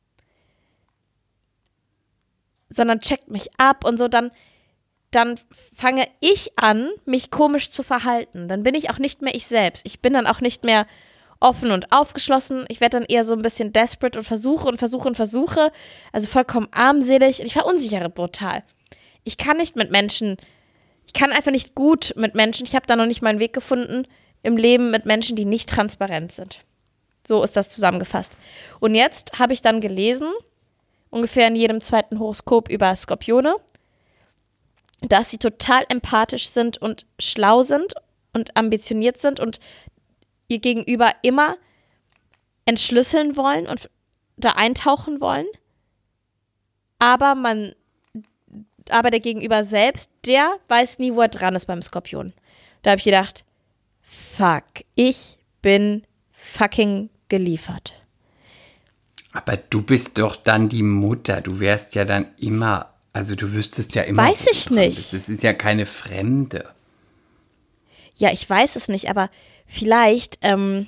sondern checkt mich ab und so, dann, dann fange ich an, mich komisch zu verhalten. Dann bin ich auch nicht mehr ich selbst. Ich bin dann auch nicht mehr offen und aufgeschlossen. Ich werde dann eher so ein bisschen desperate und versuche und versuche und versuche. Also vollkommen armselig. Und ich verunsichere brutal. Ich kann nicht mit Menschen, ich kann einfach nicht gut mit Menschen. Ich habe da noch nicht meinen Weg gefunden im Leben mit Menschen, die nicht transparent sind. So ist das zusammengefasst. Und jetzt habe ich dann gelesen, ungefähr in jedem zweiten Horoskop über Skorpione, dass sie total empathisch sind und schlau sind und ambitioniert sind und ihr Gegenüber immer entschlüsseln wollen und da eintauchen wollen. Aber man, aber der Gegenüber selbst, der weiß nie, wo er dran ist beim Skorpion. Da habe ich gedacht, fuck, ich bin fucking geliefert. Aber du bist doch dann die Mutter. Du wärst ja dann immer, also du wüsstest ja immer. Weiß ich nicht. Das ist ja keine Fremde. Ja, ich weiß es nicht, aber vielleicht, ähm,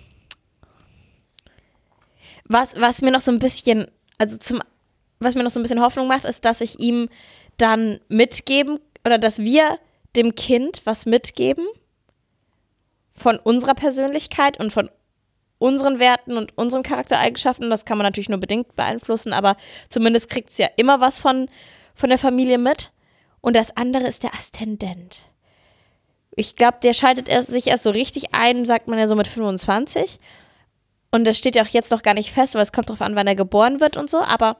was, was mir noch so ein bisschen, also zum, was mir noch so ein bisschen Hoffnung macht, ist, dass ich ihm dann mitgeben, oder dass wir dem Kind was mitgeben von unserer Persönlichkeit und von unseren Werten und unseren Charaktereigenschaften. Das kann man natürlich nur bedingt beeinflussen, aber zumindest kriegt es ja immer was von, von der Familie mit. Und das andere ist der Aszendent. Ich glaube, der schaltet erst, sich erst so richtig ein, sagt man ja so mit fünfundzwanzig. Und das steht ja auch jetzt noch gar nicht fest, weil es kommt darauf an, wann er geboren wird und so. Aber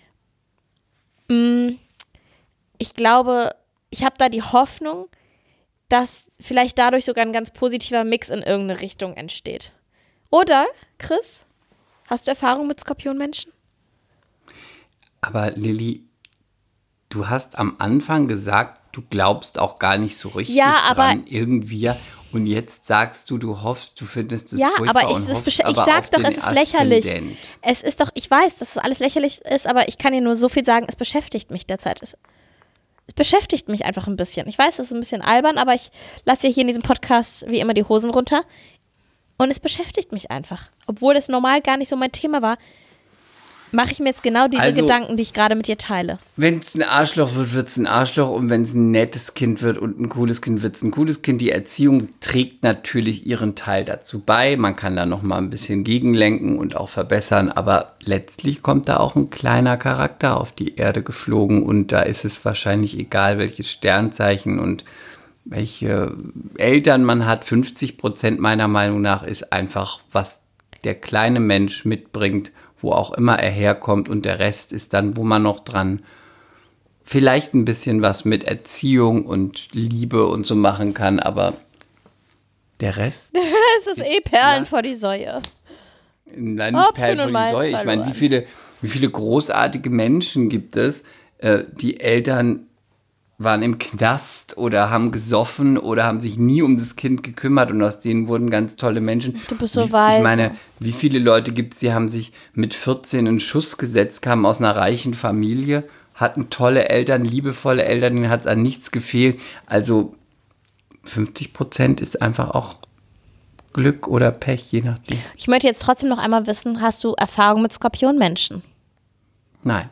mh, ich glaube, ich habe da die Hoffnung, dass vielleicht dadurch sogar ein ganz positiver Mix in irgendeine Richtung entsteht. Oder, Chris, hast du Erfahrung mit Skorpionmenschen? Aber Lilly, du hast am Anfang gesagt, du glaubst auch gar nicht so richtig ja, aber, dran irgendwie. Und jetzt sagst du, du hoffst, du findest es ja, furchtbar aber ich, und das hoffst ich aber sag auf doch, den es ist lächerlich. Aszendent. Es ist doch, ich weiß, dass es alles lächerlich ist, aber ich kann dir nur so viel sagen, es beschäftigt mich derzeit. Es, es beschäftigt mich einfach ein bisschen. Ich weiß, es ist ein bisschen albern, aber ich lasse ja hier in diesem Podcast wie immer die Hosen runter. Und es beschäftigt mich einfach. Obwohl es normal gar nicht so mein Thema war, mache ich mir jetzt genau diese also, Gedanken, die ich gerade mit dir teile. Wenn es ein Arschloch wird, wird es ein Arschloch. Und wenn es ein nettes Kind wird und ein cooles Kind, wird es ein cooles Kind. Die Erziehung trägt natürlich ihren Teil dazu bei. Man kann da noch mal ein bisschen gegenlenken und auch verbessern. Aber letztlich kommt da auch ein kleiner Charakter auf die Erde geflogen. Und da ist es wahrscheinlich egal, welches Sternzeichen und welche Eltern man hat. fünfzig Prozent meiner Meinung nach ist einfach, was der kleine Mensch mitbringt, wo auch immer er herkommt. Und der Rest ist dann, wo man noch dran vielleicht ein bisschen was mit Erziehung und Liebe und so machen kann. Aber der Rest? Es ist eh Perlen vor die Säue. Nein, nicht Perlen vor die Säue. Ich meine, wie viele, wie viele großartige Menschen gibt es, äh, die Eltern waren im Knast oder haben gesoffen oder haben sich nie um das Kind gekümmert und aus denen wurden ganz tolle Menschen. Du bist so wie, weise. Ich meine, wie viele Leute gibt es, die haben sich mit vierzehn einen Schuss gesetzt, kamen aus einer reichen Familie, hatten tolle Eltern, liebevolle Eltern, denen hat es an nichts gefehlt. Also fünfzig Prozent ist einfach auch Glück oder Pech, je nachdem. Ich möchte jetzt trotzdem noch einmal wissen, hast du Erfahrung mit Skorpionmenschen? Nein.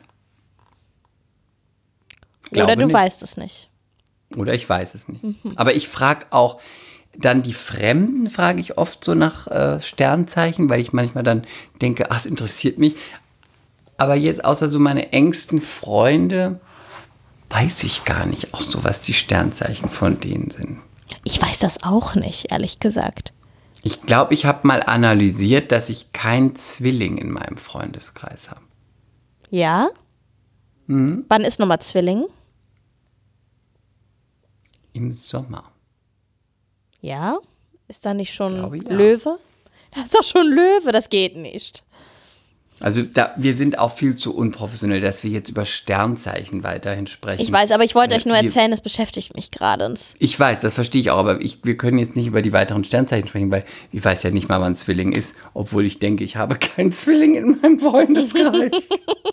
Oder du nicht. weißt es nicht. Oder ich weiß es nicht. Mhm. Aber ich frage auch, dann die Fremden frage ich oft so nach äh, Sternzeichen, weil ich manchmal dann denke, ach, es interessiert mich. Aber jetzt außer so meine engsten Freunde weiß ich gar nicht auch so, was die Sternzeichen von denen sind. Ich weiß das auch nicht, ehrlich gesagt. Ich glaube, ich habe mal analysiert, dass ich keinen Zwilling in meinem Freundeskreis habe. Ja? Mhm. Wann ist nochmal Zwilling? Im Sommer. Ja? Ist da nicht schon glaube, ja. Löwe? Das ist doch schon Löwe, das geht nicht. Also da, wir sind auch viel zu unprofessionell, dass wir jetzt über Sternzeichen weiterhin sprechen. Ich weiß, aber ich wollte äh, euch nur wir, erzählen, es beschäftigt mich gerade. Ich weiß, das verstehe ich auch, aber ich, wir können jetzt nicht über die weiteren Sternzeichen sprechen, weil ich weiß ja nicht mal, wann Zwilling ist, obwohl ich denke, ich habe keinen Zwilling in meinem Freundeskreis.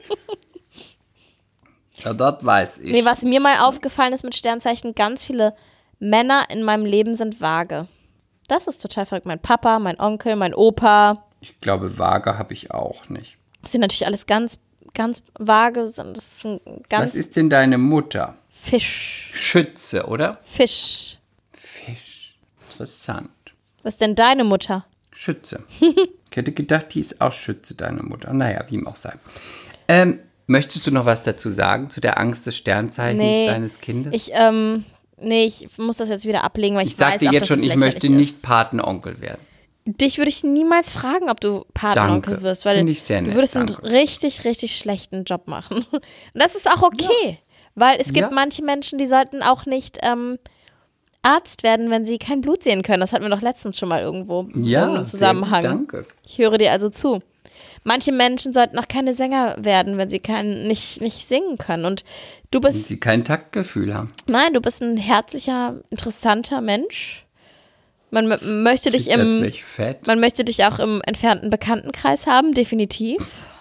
Ja, das weiß ich. Nee, was mir mal aufgefallen ist mit Sternzeichen, ganz viele Männer in meinem Leben sind vage. Das ist total verrückt. Mein Papa, mein Onkel, mein Opa. Ich glaube, vage habe ich auch nicht. Das sind natürlich alles ganz, ganz vage. Das ist ein ganz Was ist denn deine Mutter? Fisch. Schütze, oder? Fisch. Fisch. Interessant. Was ist denn deine Mutter? Schütze. Ich hätte gedacht, die ist auch Schütze, deine Mutter. Naja, wie ihm auch sei. Ähm, möchtest du noch was dazu sagen, zu der Angst des Sternzeichens nee, deines Kindes? Ich, ähm, nee, ich muss das jetzt wieder ablegen, weil ich, ich weiß sag dir auch, jetzt schon, ich möchte ist. nicht Patenonkel werden. Dich würde ich niemals fragen, ob du Patenonkel wirst, weil ich sehr nett. du würdest Danke. einen richtig, richtig schlechten Job machen. Und das ist auch okay, ja. Weil es gibt Ja. manche Menschen, die sollten auch nicht ähm, Arzt werden, wenn sie kein Blut sehen können. Das hatten wir doch letztens schon mal irgendwo in Ja, irgendeinem Zusammenhang. sehr gut, danke. Ich höre dir also zu. Manche Menschen sollten auch keine Sänger werden, wenn sie kein, nicht, nicht singen können. Und du Wenn bist, sie kein Taktgefühl haben. nein, du bist ein herzlicher, interessanter Mensch. Man m- möchte dich Klingt, als wär im, ich fett. man möchte dich auch im entfernten Bekanntenkreis haben, definitiv.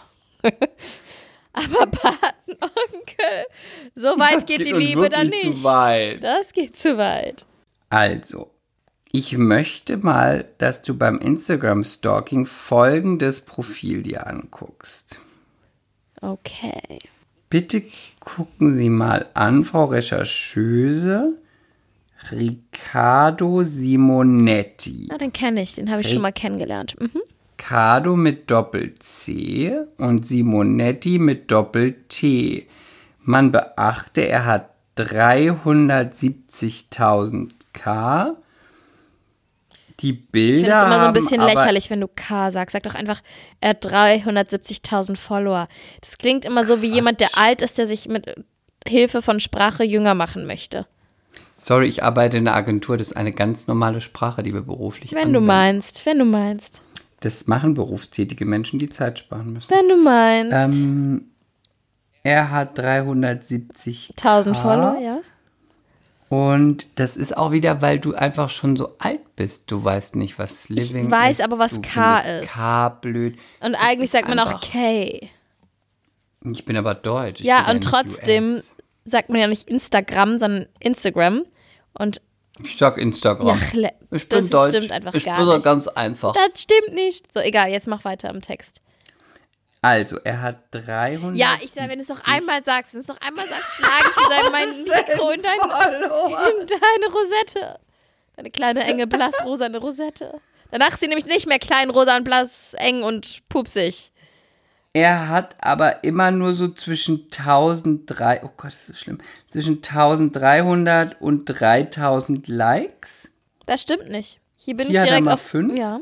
Aber Patenonkel, so weit Das geht, die uns Liebe dann wirklich nicht. zu weit. Das geht zu weit. Also, ich möchte mal, dass du beim Instagram-Stalking folgendes Profil dir anguckst. Okay. Bitte gucken Sie mal an, Frau Rechercheuse. Riccardo Simonetti. Ja, den kenne ich, den habe ich schon mal kennengelernt. Mhm. Riccardo mit Doppel-C und Simonetti mit Doppel-T. Man beachte, er hat dreihundertsiebzigtausend K. Die Bilder Ich finde es immer so ein bisschen haben aber- lächerlich, wenn du K sagst. Sag doch einfach, er hat dreihundertsiebzigtausend Follower. Das klingt immer so wie jemand, der alt ist, der sich mit Hilfe von Sprache jünger machen möchte. Sorry, ich arbeite in einer Agentur. Das ist eine ganz normale Sprache, die wir beruflich Wenn du anwenden. meinst, wenn du meinst. Das machen berufstätige Menschen, die Zeit sparen müssen. Wenn du meinst. Ähm, er hat dreihundertsiebzig tausend Follower, ja. Und das ist auch wieder, weil du einfach schon so alt bist. Du weißt nicht, was Living ist. weiß aber, was du K findest ist. K blöd. Und Das eigentlich ist sagt man auch einfach- K. Ich bin aber deutsch. Ich Ja, bin und nicht trotzdem U S. sagt man ja nicht Instagram, sondern Instagram. Und Ich sag Instagram. ja, chle- ich bin das deutsch. stimmt einfach ich gar bin da nicht. ganz einfach. Das stimmt nicht. So, egal, jetzt mach weiter im Text. Also, er hat dreihundert. Ja, ich sag, wenn du es noch einmal sagst, wenn du es noch einmal sagst, schlage ich dir mein Mikro in, dein, in deine Rosette. Deine kleine, enge, blassrosane Rosette. Danach ist sie nämlich nicht mehr klein, rosa und blass, eng und pupsig. Er hat aber immer nur so zwischen tausenddreihundert, oh Gott, das ist schlimm, zwischen dreizehnhundert und dreitausend Likes. Das stimmt nicht. Hier bin Hier hat ich er direkt mal auf fünf. Ja.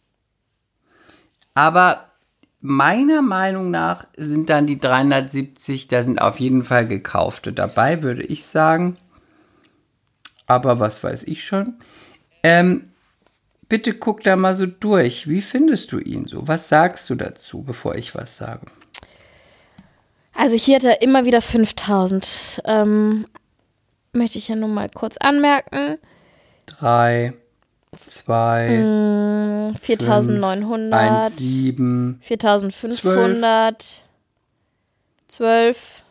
Aber meiner Meinung nach sind dann die dreihundertsiebzig, da sind auf jeden Fall gekaufte dabei, würde ich sagen. Aber was weiß ich schon. Ähm, bitte guck da mal so durch. Wie findest du ihn so? Was sagst du dazu, bevor ich was sage? Also hier hat er immer wieder fünftausend. Ähm, möchte ich ja nur mal kurz anmerken. Drei, zwei, Hm, viertausendneunhundert. eins, sieben, viertausendfünfhundert. zwölf.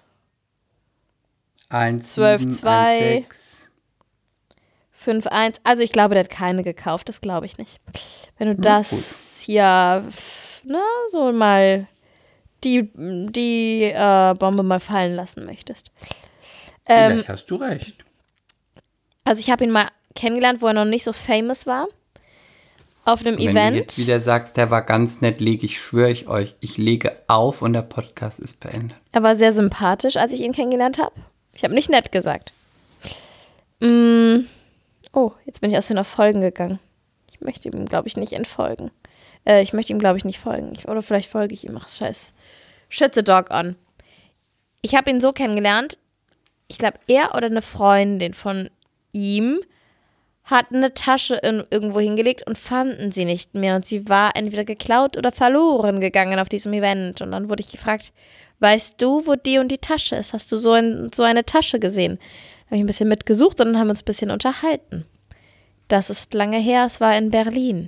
eins, zwölf, sieben, zwei. eins, sechs. fünf eins. Also ich glaube, der hat keine gekauft. Das glaube ich nicht. Wenn du Na das hier, f- na, so mal die, die äh, Bombe mal fallen lassen möchtest. Ähm, Vielleicht hast du recht. also ich habe ihn mal kennengelernt, wo er noch nicht so famous war. Auf einem Wenn Event. du jetzt wieder sagst, der war ganz nett, lege ich, schwöre ich euch, ich lege auf und der Podcast ist beendet. Er war sehr sympathisch, als ich ihn kennengelernt habe. Ich habe nicht nett gesagt. Mm. Oh, jetzt bin ich aus den Folgen gegangen. Ich möchte ihm, glaube ich, nicht entfolgen. Äh, ich möchte ihm, glaube ich, nicht folgen. Ich, oder vielleicht folge ich ihm. Ach, scheiß. Shut the dog on. Ich habe ihn so kennengelernt. Ich glaube, er oder eine Freundin von ihm hat eine Tasche in, irgendwo hingelegt und fanden sie nicht mehr. Und sie war entweder geklaut oder verloren gegangen auf diesem Event. Und dann wurde ich gefragt, weißt du, wo die und die Tasche ist? Hast du so, ein, so eine Tasche gesehen? Da habe ich ein bisschen mitgesucht und dann haben wir uns ein bisschen unterhalten. Das ist lange her, es war in Berlin.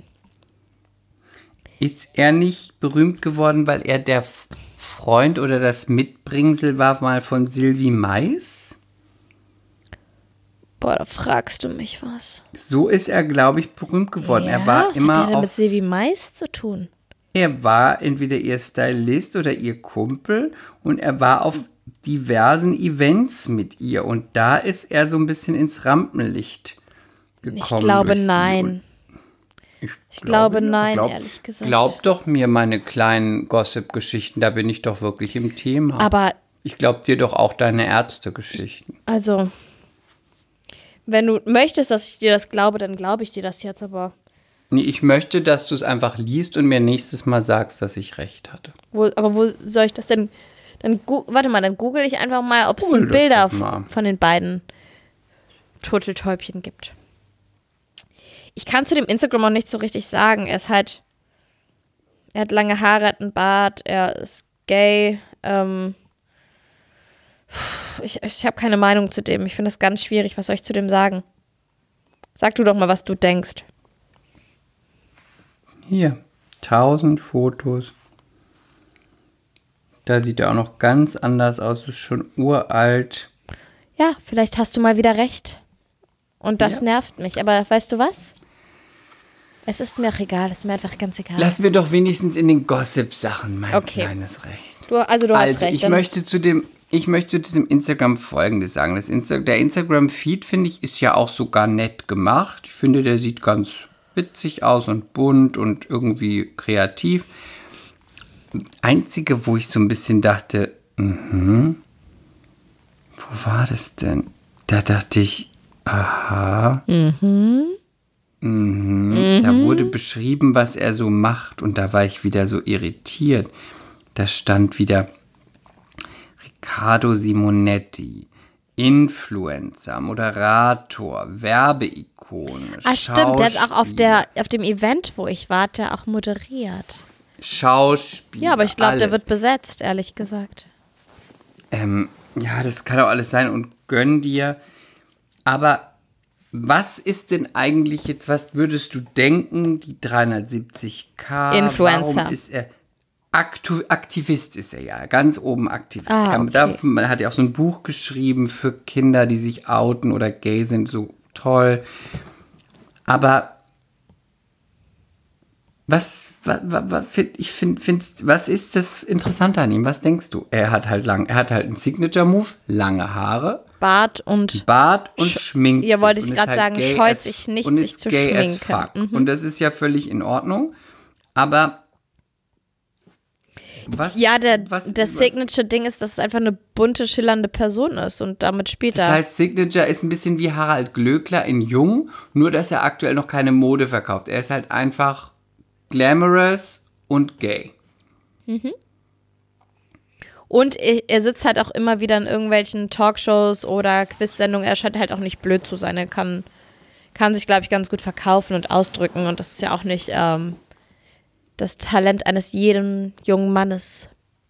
Ist er nicht berühmt geworden, weil er der F- Freund oder das Mitbringsel war mal von Sylvie Mais? Boah, da fragst du mich was. So ist er, glaube ich, berühmt geworden. Ja, er war was immer hat er denn mit auf, Silvi Mais zu tun? er war entweder ihr Stylist oder ihr Kumpel und er war auf diversen Events mit ihr und da ist er so ein bisschen ins Rampenlicht gekommen. Ich glaube, durch sie. nein. Und Ich, Ich glaube, ja, nein, glaub, ehrlich gesagt. Glaub doch mir meine kleinen Gossip-Geschichten, da bin ich doch wirklich im Thema. Aber, Ich glaub dir doch auch deine Ärzte-Geschichten. also, wenn du möchtest, dass ich dir das glaube, dann glaube ich dir das jetzt, aber Nee, ich möchte, dass du es einfach liest und mir nächstes Mal sagst, dass ich recht hatte. wo, aber wo soll ich das denn, Dann gu- warte mal, dann google ich einfach mal, ob es Google Bilder das doch mal. f- von den beiden Turteltäubchen gibt. Ich kann zu dem Instagram auch nicht so richtig sagen. Er ist halt, er hat lange Haare, hat einen Bart, er ist gay. Ähm, ich ich habe keine Meinung zu dem. Ich finde das ganz schwierig. Was soll ich zu dem sagen? Sag du doch mal, was du denkst. Hier, tausend Fotos. Da sieht er auch noch ganz anders aus, ist schon uralt. Ja, vielleicht hast du mal wieder recht. Und das Ja. nervt mich. Aber weißt du was? Es ist mir auch egal. Es ist mir einfach ganz egal. Lass mir doch wenigstens in den Gossip-Sachen mein Okay. kleines Recht. Du, also du hast Also, recht. ich dann- möchte zu dem, ich möchte zu diesem Instagram Folgendes sagen. Das Insta- der Instagram-Feed, finde ich, ist ja auch sogar nett gemacht. Ich finde, der sieht ganz witzig aus und bunt und irgendwie kreativ. Das Einzige, wo ich so ein bisschen dachte, mhm, wo war das denn? Da dachte ich, aha. Mhm. Mhm. Da wurde beschrieben, was er so macht und da war ich wieder so irritiert. Da stand wieder Riccardo Simonetti, Influencer, Moderator, Werbeikone, Ah, stimmt. Der hat auch auf, Schauspieler, der, auf dem Event, wo ich warte, auch moderiert. Schauspieler. Ja, aber ich glaube, der alles. wird besetzt, ehrlich gesagt. Ähm, ja, das kann auch alles sein und gönn dir. Aber was ist denn eigentlich jetzt, was würdest du denken, die dreihundertsiebzig K? Influencer. Warum ist er? Aktu Aktivist ist er ja, ganz oben Aktivist. Ah, Er okay. darf, man hat ja auch so ein Buch geschrieben für Kinder, die sich outen oder gay sind, so toll. Aber was, was, was, ich finde, was ist das Interessante an ihm? Was denkst du? Er hat halt lang, er hat halt einen Signature-Move, lange Haare, Bart und Bart und schminkt ja, sich wollte ich und ist gerade halt sagen, gay scheut as- sich nicht, und sich ist zu gay as schminken. fuck. Mhm. Und das ist ja völlig in Ordnung. Aber was? ja, der, was, das was, Signature-Ding ist, dass es einfach eine bunte, schillernde Person ist und damit spielt Das er. heißt, Signature ist ein bisschen wie Harald Glöckler in Jung, nur dass er aktuell noch keine Mode verkauft. Er ist halt einfach glamorous und gay. Und er er sitzt halt auch immer wieder in irgendwelchen Talkshows oder Quiz-Sendungen. Er scheint halt auch nicht blöd zu sein. Er kann, kann sich, glaube ich, ganz gut verkaufen und ausdrücken. Und das ist ja auch nicht ähm, das Talent eines jeden jungen Mannes.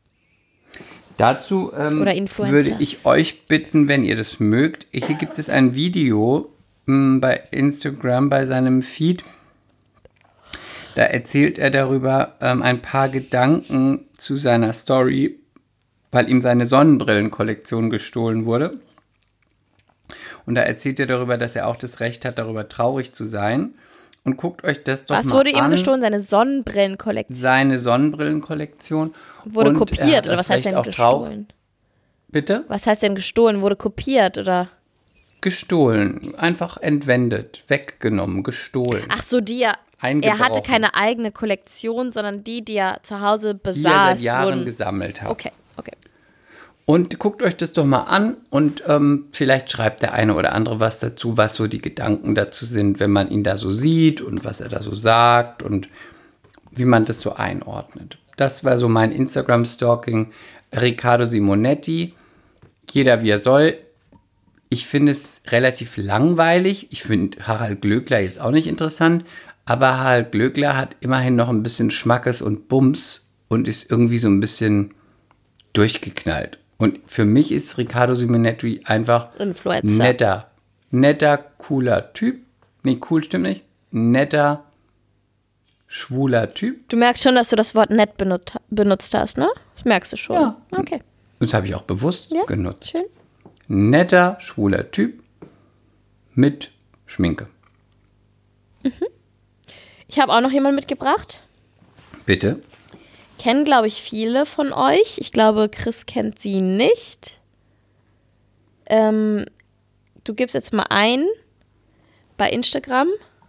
Dazu ähm, Oder Influencers. würde ich euch bitten, wenn ihr das mögt, hier gibt es ein Video mh, bei Instagram, bei seinem Feed. Da erzählt er darüber ähm, ein paar Gedanken zu seiner Story, weil ihm seine Sonnenbrillenkollektion gestohlen wurde. Und da erzählt er darüber, dass er auch das Recht hat, darüber traurig zu sein. Und guckt euch das doch Was mal wurde ihm an. gestohlen? Seine Sonnenbrillenkollektion. Seine Sonnenbrillenkollektion. Wurde Und er kopiert hat oder das was heißt Recht, denn auch traurig- gestohlen? Bitte? Was heißt denn gestohlen? Wurde kopiert oder? Gestohlen, einfach entwendet, weggenommen, gestohlen. Ach so, die ja. Er Eingebrochen. hatte keine eigene Kollektion, sondern die, die er zu Hause besaß. die er seit Jahren wurden. gesammelt hat. Okay, okay. Und guckt euch das doch mal an und ähm, vielleicht schreibt der eine oder andere was dazu, was so die Gedanken dazu sind, wenn man ihn da so sieht und was er da so sagt und wie man das so einordnet. Das war so mein Instagram-Stalking. Riccardo Simonetti, jeder wie er soll. Ich finde es relativ langweilig. Ich finde Harald Glöckler jetzt auch nicht interessant, aber Harald Glöckler hat immerhin noch ein bisschen Schmackes und Bums und ist irgendwie so ein bisschen durchgeknallt. Und für mich ist Riccardo Simonetti einfach Influencer. netter, netter, cooler Typ. Nee, cool stimmt nicht. Netter, schwuler Typ. Du merkst schon, dass du das Wort nett benut benutzt hast, ne? Das merkst du schon. Ja. Okay, Das habe ich auch bewusst ja, genutzt. schön. Netter, schwuler Typ mit Schminke. Ich habe auch noch jemanden mitgebracht. Bitte? Kennen, glaube ich, viele von euch. Ich glaube, Chris kennt sie nicht. Ähm, du gibst jetzt mal ein bei Instagram.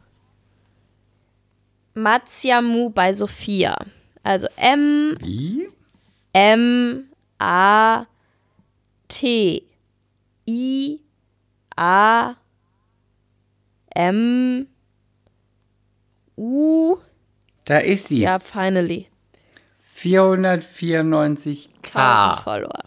Maziamu bei Sophia. Also M Wie? M A T I A M U. Da ist sie. Ja, finally. vierhundertvierundneunzig tausend K. Follower.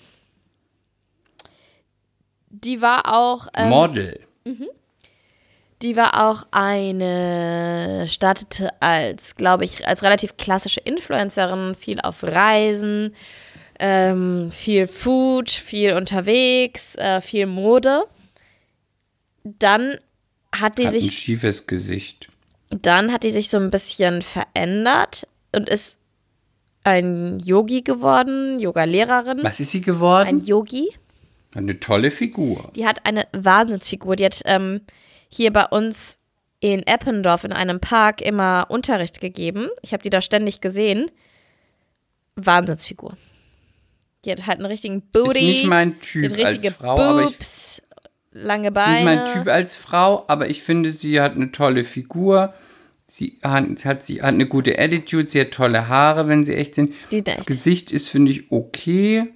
Die war auch ähm, Model. Die war auch eine, startete als, glaube ich, als relativ klassische Influencerin, viel auf Reisen, ähm, viel Food, viel unterwegs, äh, viel Mode. Dann hat die Hat ein sich, schiefes Gesicht. dann hat die sich so ein bisschen verändert und ist ein Yogi geworden, Yoga-Lehrerin. Was ist sie geworden? Ein Yogi. Eine tolle Figur. Die hat eine Wahnsinnsfigur. Die hat ähm, hier bei uns in Eppendorf in einem Park immer Unterricht gegeben. Ich habe die da ständig gesehen. Wahnsinnsfigur. Die hat halt einen richtigen Booty. Ist nicht mein die Typ hat richtige als Frau, aber ich Boobs, lange nicht Beine. mein Typ als Frau, aber ich finde, sie hat eine tolle Figur. Sie hat, hat, sie hat eine gute Attitude, sie hat tolle Haare, wenn sie echt sind. Die sind Das echt. Gesicht ist, finde ich, okay.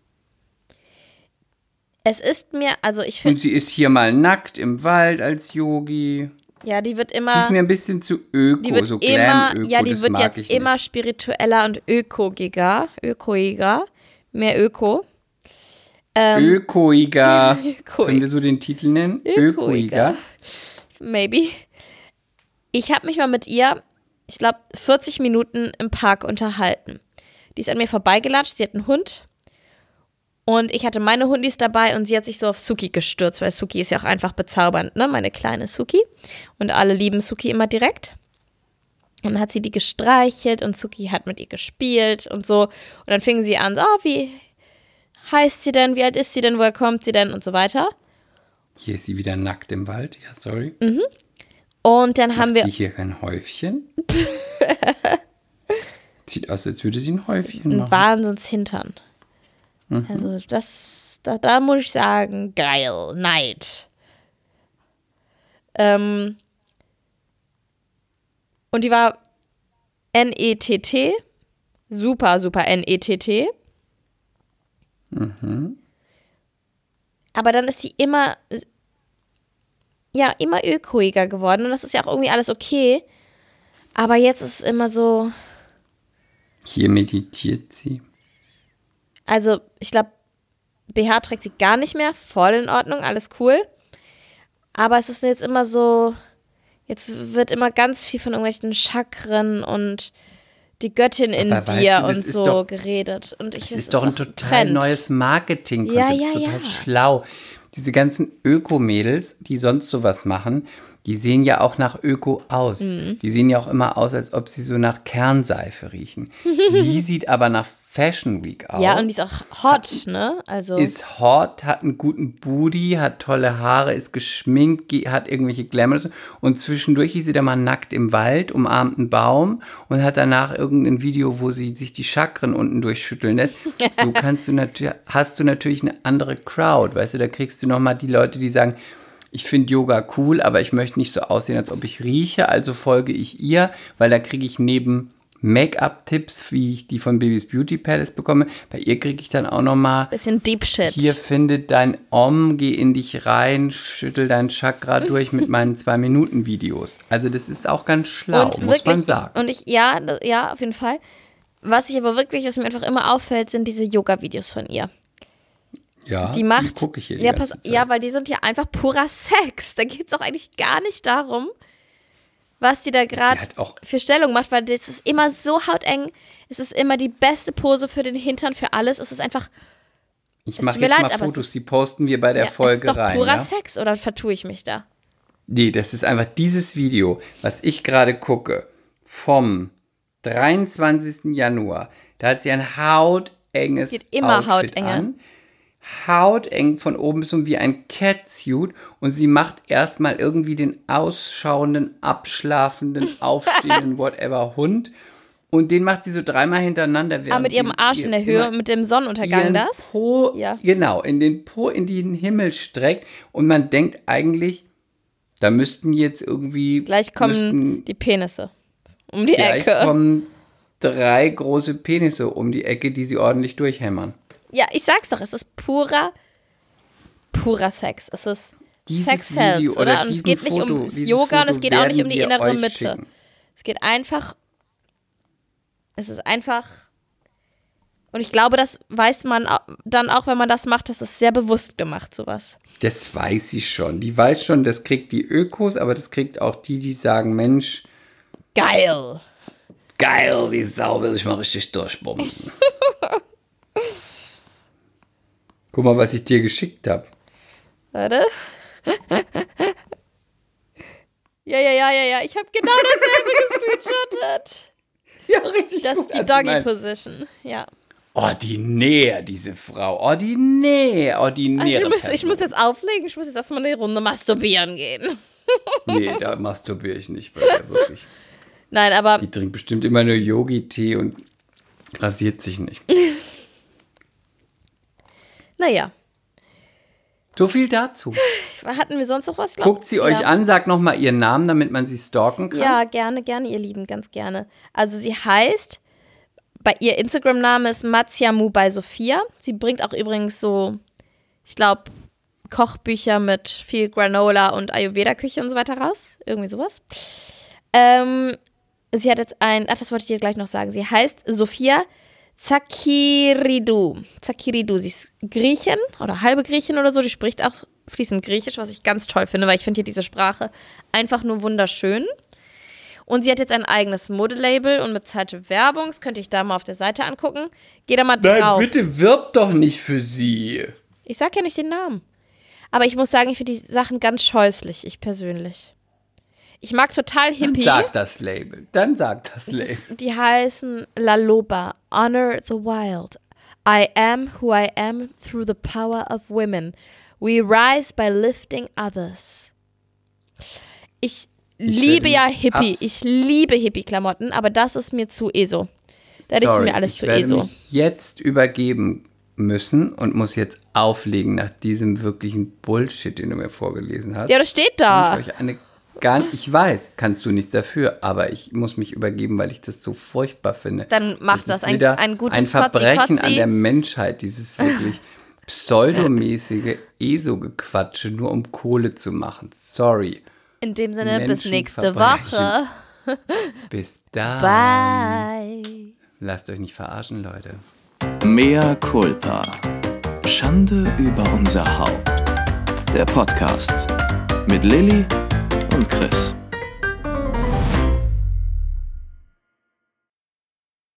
Es ist mir, also ich Und finde, sie ist hier mal nackt im Wald als Yogi. ja, die wird Sie immer, ist mir ein bisschen zu öko, die wird so immer, Glam-Öko, ja, die das wird mag jetzt ich immer nicht. spiritueller und ökoiger, ökoiger, mehr Öko. Ähm, Ökoiger. Öko- Können wir so den Titel nennen? Ökoiger. Maybe. Ich habe mich mal mit ihr, ich glaube, vierzig Minuten im Park unterhalten. Die ist an mir vorbeigelatscht, sie hat einen Hund. Und ich hatte meine Hundis dabei und sie hat sich so auf Suki gestürzt, weil Suki ist ja auch einfach bezaubernd, ne? Meine kleine Suki. Und alle lieben Suki immer direkt. Und dann hat sie die gestreichelt und Suki hat mit ihr gespielt und so. Und dann fing sie an, so, oh, wie heißt sie denn, wie alt ist sie denn, woher kommt sie denn und so weiter. Hier ist sie wieder nackt im Wald. Ja, sorry. Und dann haben Macht wir, sie hier kein Häufchen? Sieht aus, als würde sie ein Häufchen ein machen. Wahnsinnshintern. Also das, da, da muss ich sagen, geil, Neid. Ähm, und die war N E T T, super, super N E T T. Aber dann ist sie immer, ja, immer ökoiger geworden und das ist ja auch irgendwie alles okay. Aber jetzt ist es immer so, Hier meditiert sie. also ich glaube, B H trägt sie gar nicht mehr, voll in Ordnung, alles cool. Aber es ist jetzt immer so, jetzt wird immer ganz viel von irgendwelchen Chakren und die Göttin in Aber weißt dir du, das und ist so doch- geredet. Und ich, Das das ist doch ein auch total Trend. neues Marketingkonzept. Ja, ja, Das ist total ja. schlau. Diese ganzen Öko-Mädels, die sonst sowas machen, die sehen ja auch nach Öko aus. Mhm. Die sehen ja auch immer aus, als ob sie so nach Kernseife riechen. Sie sieht aber nach Fashion Week aus. Ja, und die ist auch hot, ne? Also Ist hot, hat einen guten Booty, hat tolle Haare, ist geschminkt, ge- hat irgendwelche Glamour. Und zwischendurch ist sie dann mal nackt im Wald, umarmt einen Baum und hat danach irgendein Video, wo sie sich die Chakren unten durchschütteln lässt. So kannst du natürlich, hast du natürlich eine andere Crowd, weißt du, da kriegst du nochmal die Leute, die sagen, ich finde Yoga cool, aber ich möchte nicht so aussehen, als ob ich rieche, also folge ich ihr, weil da kriege ich neben Make-up-Tipps, wie ich die von Babys Beauty Palace bekomme, bei ihr kriege ich dann auch nochmal, bisschen Deep Shit. hier findet dein Om, geh in dich rein, schüttel dein Chakra durch mit meinen zwei-Minuten-Videos. Also das ist auch ganz schlau, und muss wirklich, man sagen. Ich, und ich, ja, das, ja, auf jeden Fall. Was ich aber wirklich, was mir einfach immer auffällt, sind diese Yoga-Videos von ihr. Ja, Die macht, gucke ich hier die ja, ganze pass, Zeit. ja, weil die sind ja einfach purer Sex. Da geht es auch eigentlich gar nicht darum, was die da gerade hat auch- für Stellung macht, weil das ist immer so hauteng. Es ist immer die beste Pose für den Hintern, für alles. Es ist einfach, Ich es mache tut mir jetzt leid, mal aber es Fotos, ist- die posten wir bei der ja, Folge es ist doch rein. purer Ja? Sex, oder vertue ich mich da? Nee, das ist einfach dieses Video, was ich gerade gucke, vom dreiundzwanzigsten Januar. Da hat sie ein hautenges Die hat immer Outfit hautenge. an. Hauteng von oben bis unten wie ein Catsuit und sie macht erstmal irgendwie den ausschauenden, abschlafenden, aufstehenden, whatever Hund und den macht sie so dreimal hintereinander. Aber mit ihrem Arsch in der Höhe, mit dem Sonnenuntergang ihren das? Po, Ja. genau, in den Po in den Himmel streckt und man denkt eigentlich, da müssten jetzt irgendwie Gleich kommen müssten, die Penisse um die gleich Ecke. kommen drei große Penisse um die Ecke, die sie ordentlich durchhämmern. Ja, ich sag's doch, es ist purer, purer Sex. Es ist Dieses Sex Sells, Video oder? oder Und es diesen geht nicht Foto- ums dieses Yoga und es Foto geht auch nicht um werden die wir innere euch Mitte. schicken. Es geht einfach, es ist einfach Und ich glaube, das weiß man dann auch, wenn man das macht, das ist sehr bewusst gemacht, sowas. Das weiß sie schon. Die weiß schon, das kriegt die Ökos, aber das kriegt auch die, die sagen, Mensch, geil. Geil, wie Sau, will ich mal richtig durchbumsen. Guck mal, was ich dir geschickt habe. Warte. Ja, ja, ja, ja, ja. Ich habe genau dasselbe gescreenshottet. Ja, richtig. Das ist die Doggy-Position, ja. Oh, die Nähe, diese Frau. Oh, die Nähe. Oh, die Nähe. Also ich, muss, ich muss jetzt auflegen. Ich muss jetzt erstmal eine Runde masturbieren gehen. Nee, da masturbiere ich nicht bei der, wirklich. Nein, aber... Die trinkt bestimmt immer nur Yogi-Tee und rasiert sich nicht. Naja. So viel dazu. Hatten wir sonst noch was? Glaub? Guckt sie euch ja. an, sagt nochmal ihren Namen, damit man sie stalken kann. Ja, gerne, gerne, ihr Lieben, ganz gerne. Also sie heißt, bei ihr Instagram-Name ist Matsiamu bei Sophia. Sie bringt auch übrigens so, ich glaube, Kochbücher mit viel Granola und Ayurveda-Küche und so weiter raus. Irgendwie sowas. Ähm, sie hat jetzt ein, ach, das wollte ich dir gleich noch sagen. Sie heißt Sophia Zakiridou. Zakiridou, sie ist Griechin oder halbe Griechin oder so. Die spricht auch fließend Griechisch, was ich ganz toll finde, weil ich finde hier diese Sprache einfach nur wunderschön. Und sie hat jetzt ein eigenes Modelabel und bezahlte Werbung. Das könnte ich da mal auf der Seite angucken. Geh da mal drauf. Nein, bitte wirb doch nicht für sie. Ich sag ja nicht den Namen. Aber ich muss sagen, ich finde die Sachen ganz scheußlich, ich persönlich. Ich mag total Hippie. Dann sag das Label. Dann sag das Label. Das, die heißen La Loba, Honor the Wild. I am who I am through the power of women. We rise by lifting others. Ich, ich liebe ja Hippie. Ich liebe Hippie-Klamotten, aber das ist mir zu ESO. Das ist mir alles zu ESO. Ich werde mich jetzt übergeben müssen und muss jetzt auflegen nach diesem wirklichen Bullshit, den du mir vorgelesen hast. Ja, das steht da. Ich, euch eine gar, ich weiß, kannst du nichts dafür, aber ich muss mich übergeben, weil ich das so furchtbar finde. Dann machst du das. Ein, ein gutes Ein Verbrechen Kotzi, Kotzi. an der Menschheit, dieses wirklich pseudomäßige ESO-Gequatsche, nur um Kohle zu machen. Sorry. In dem Sinne, bis nächste Woche. Bis dann. Bye. Lasst euch nicht verarschen, Leute. Mea culpa. Schande über unser Haupt. Der Podcast mit Lilly und Chris.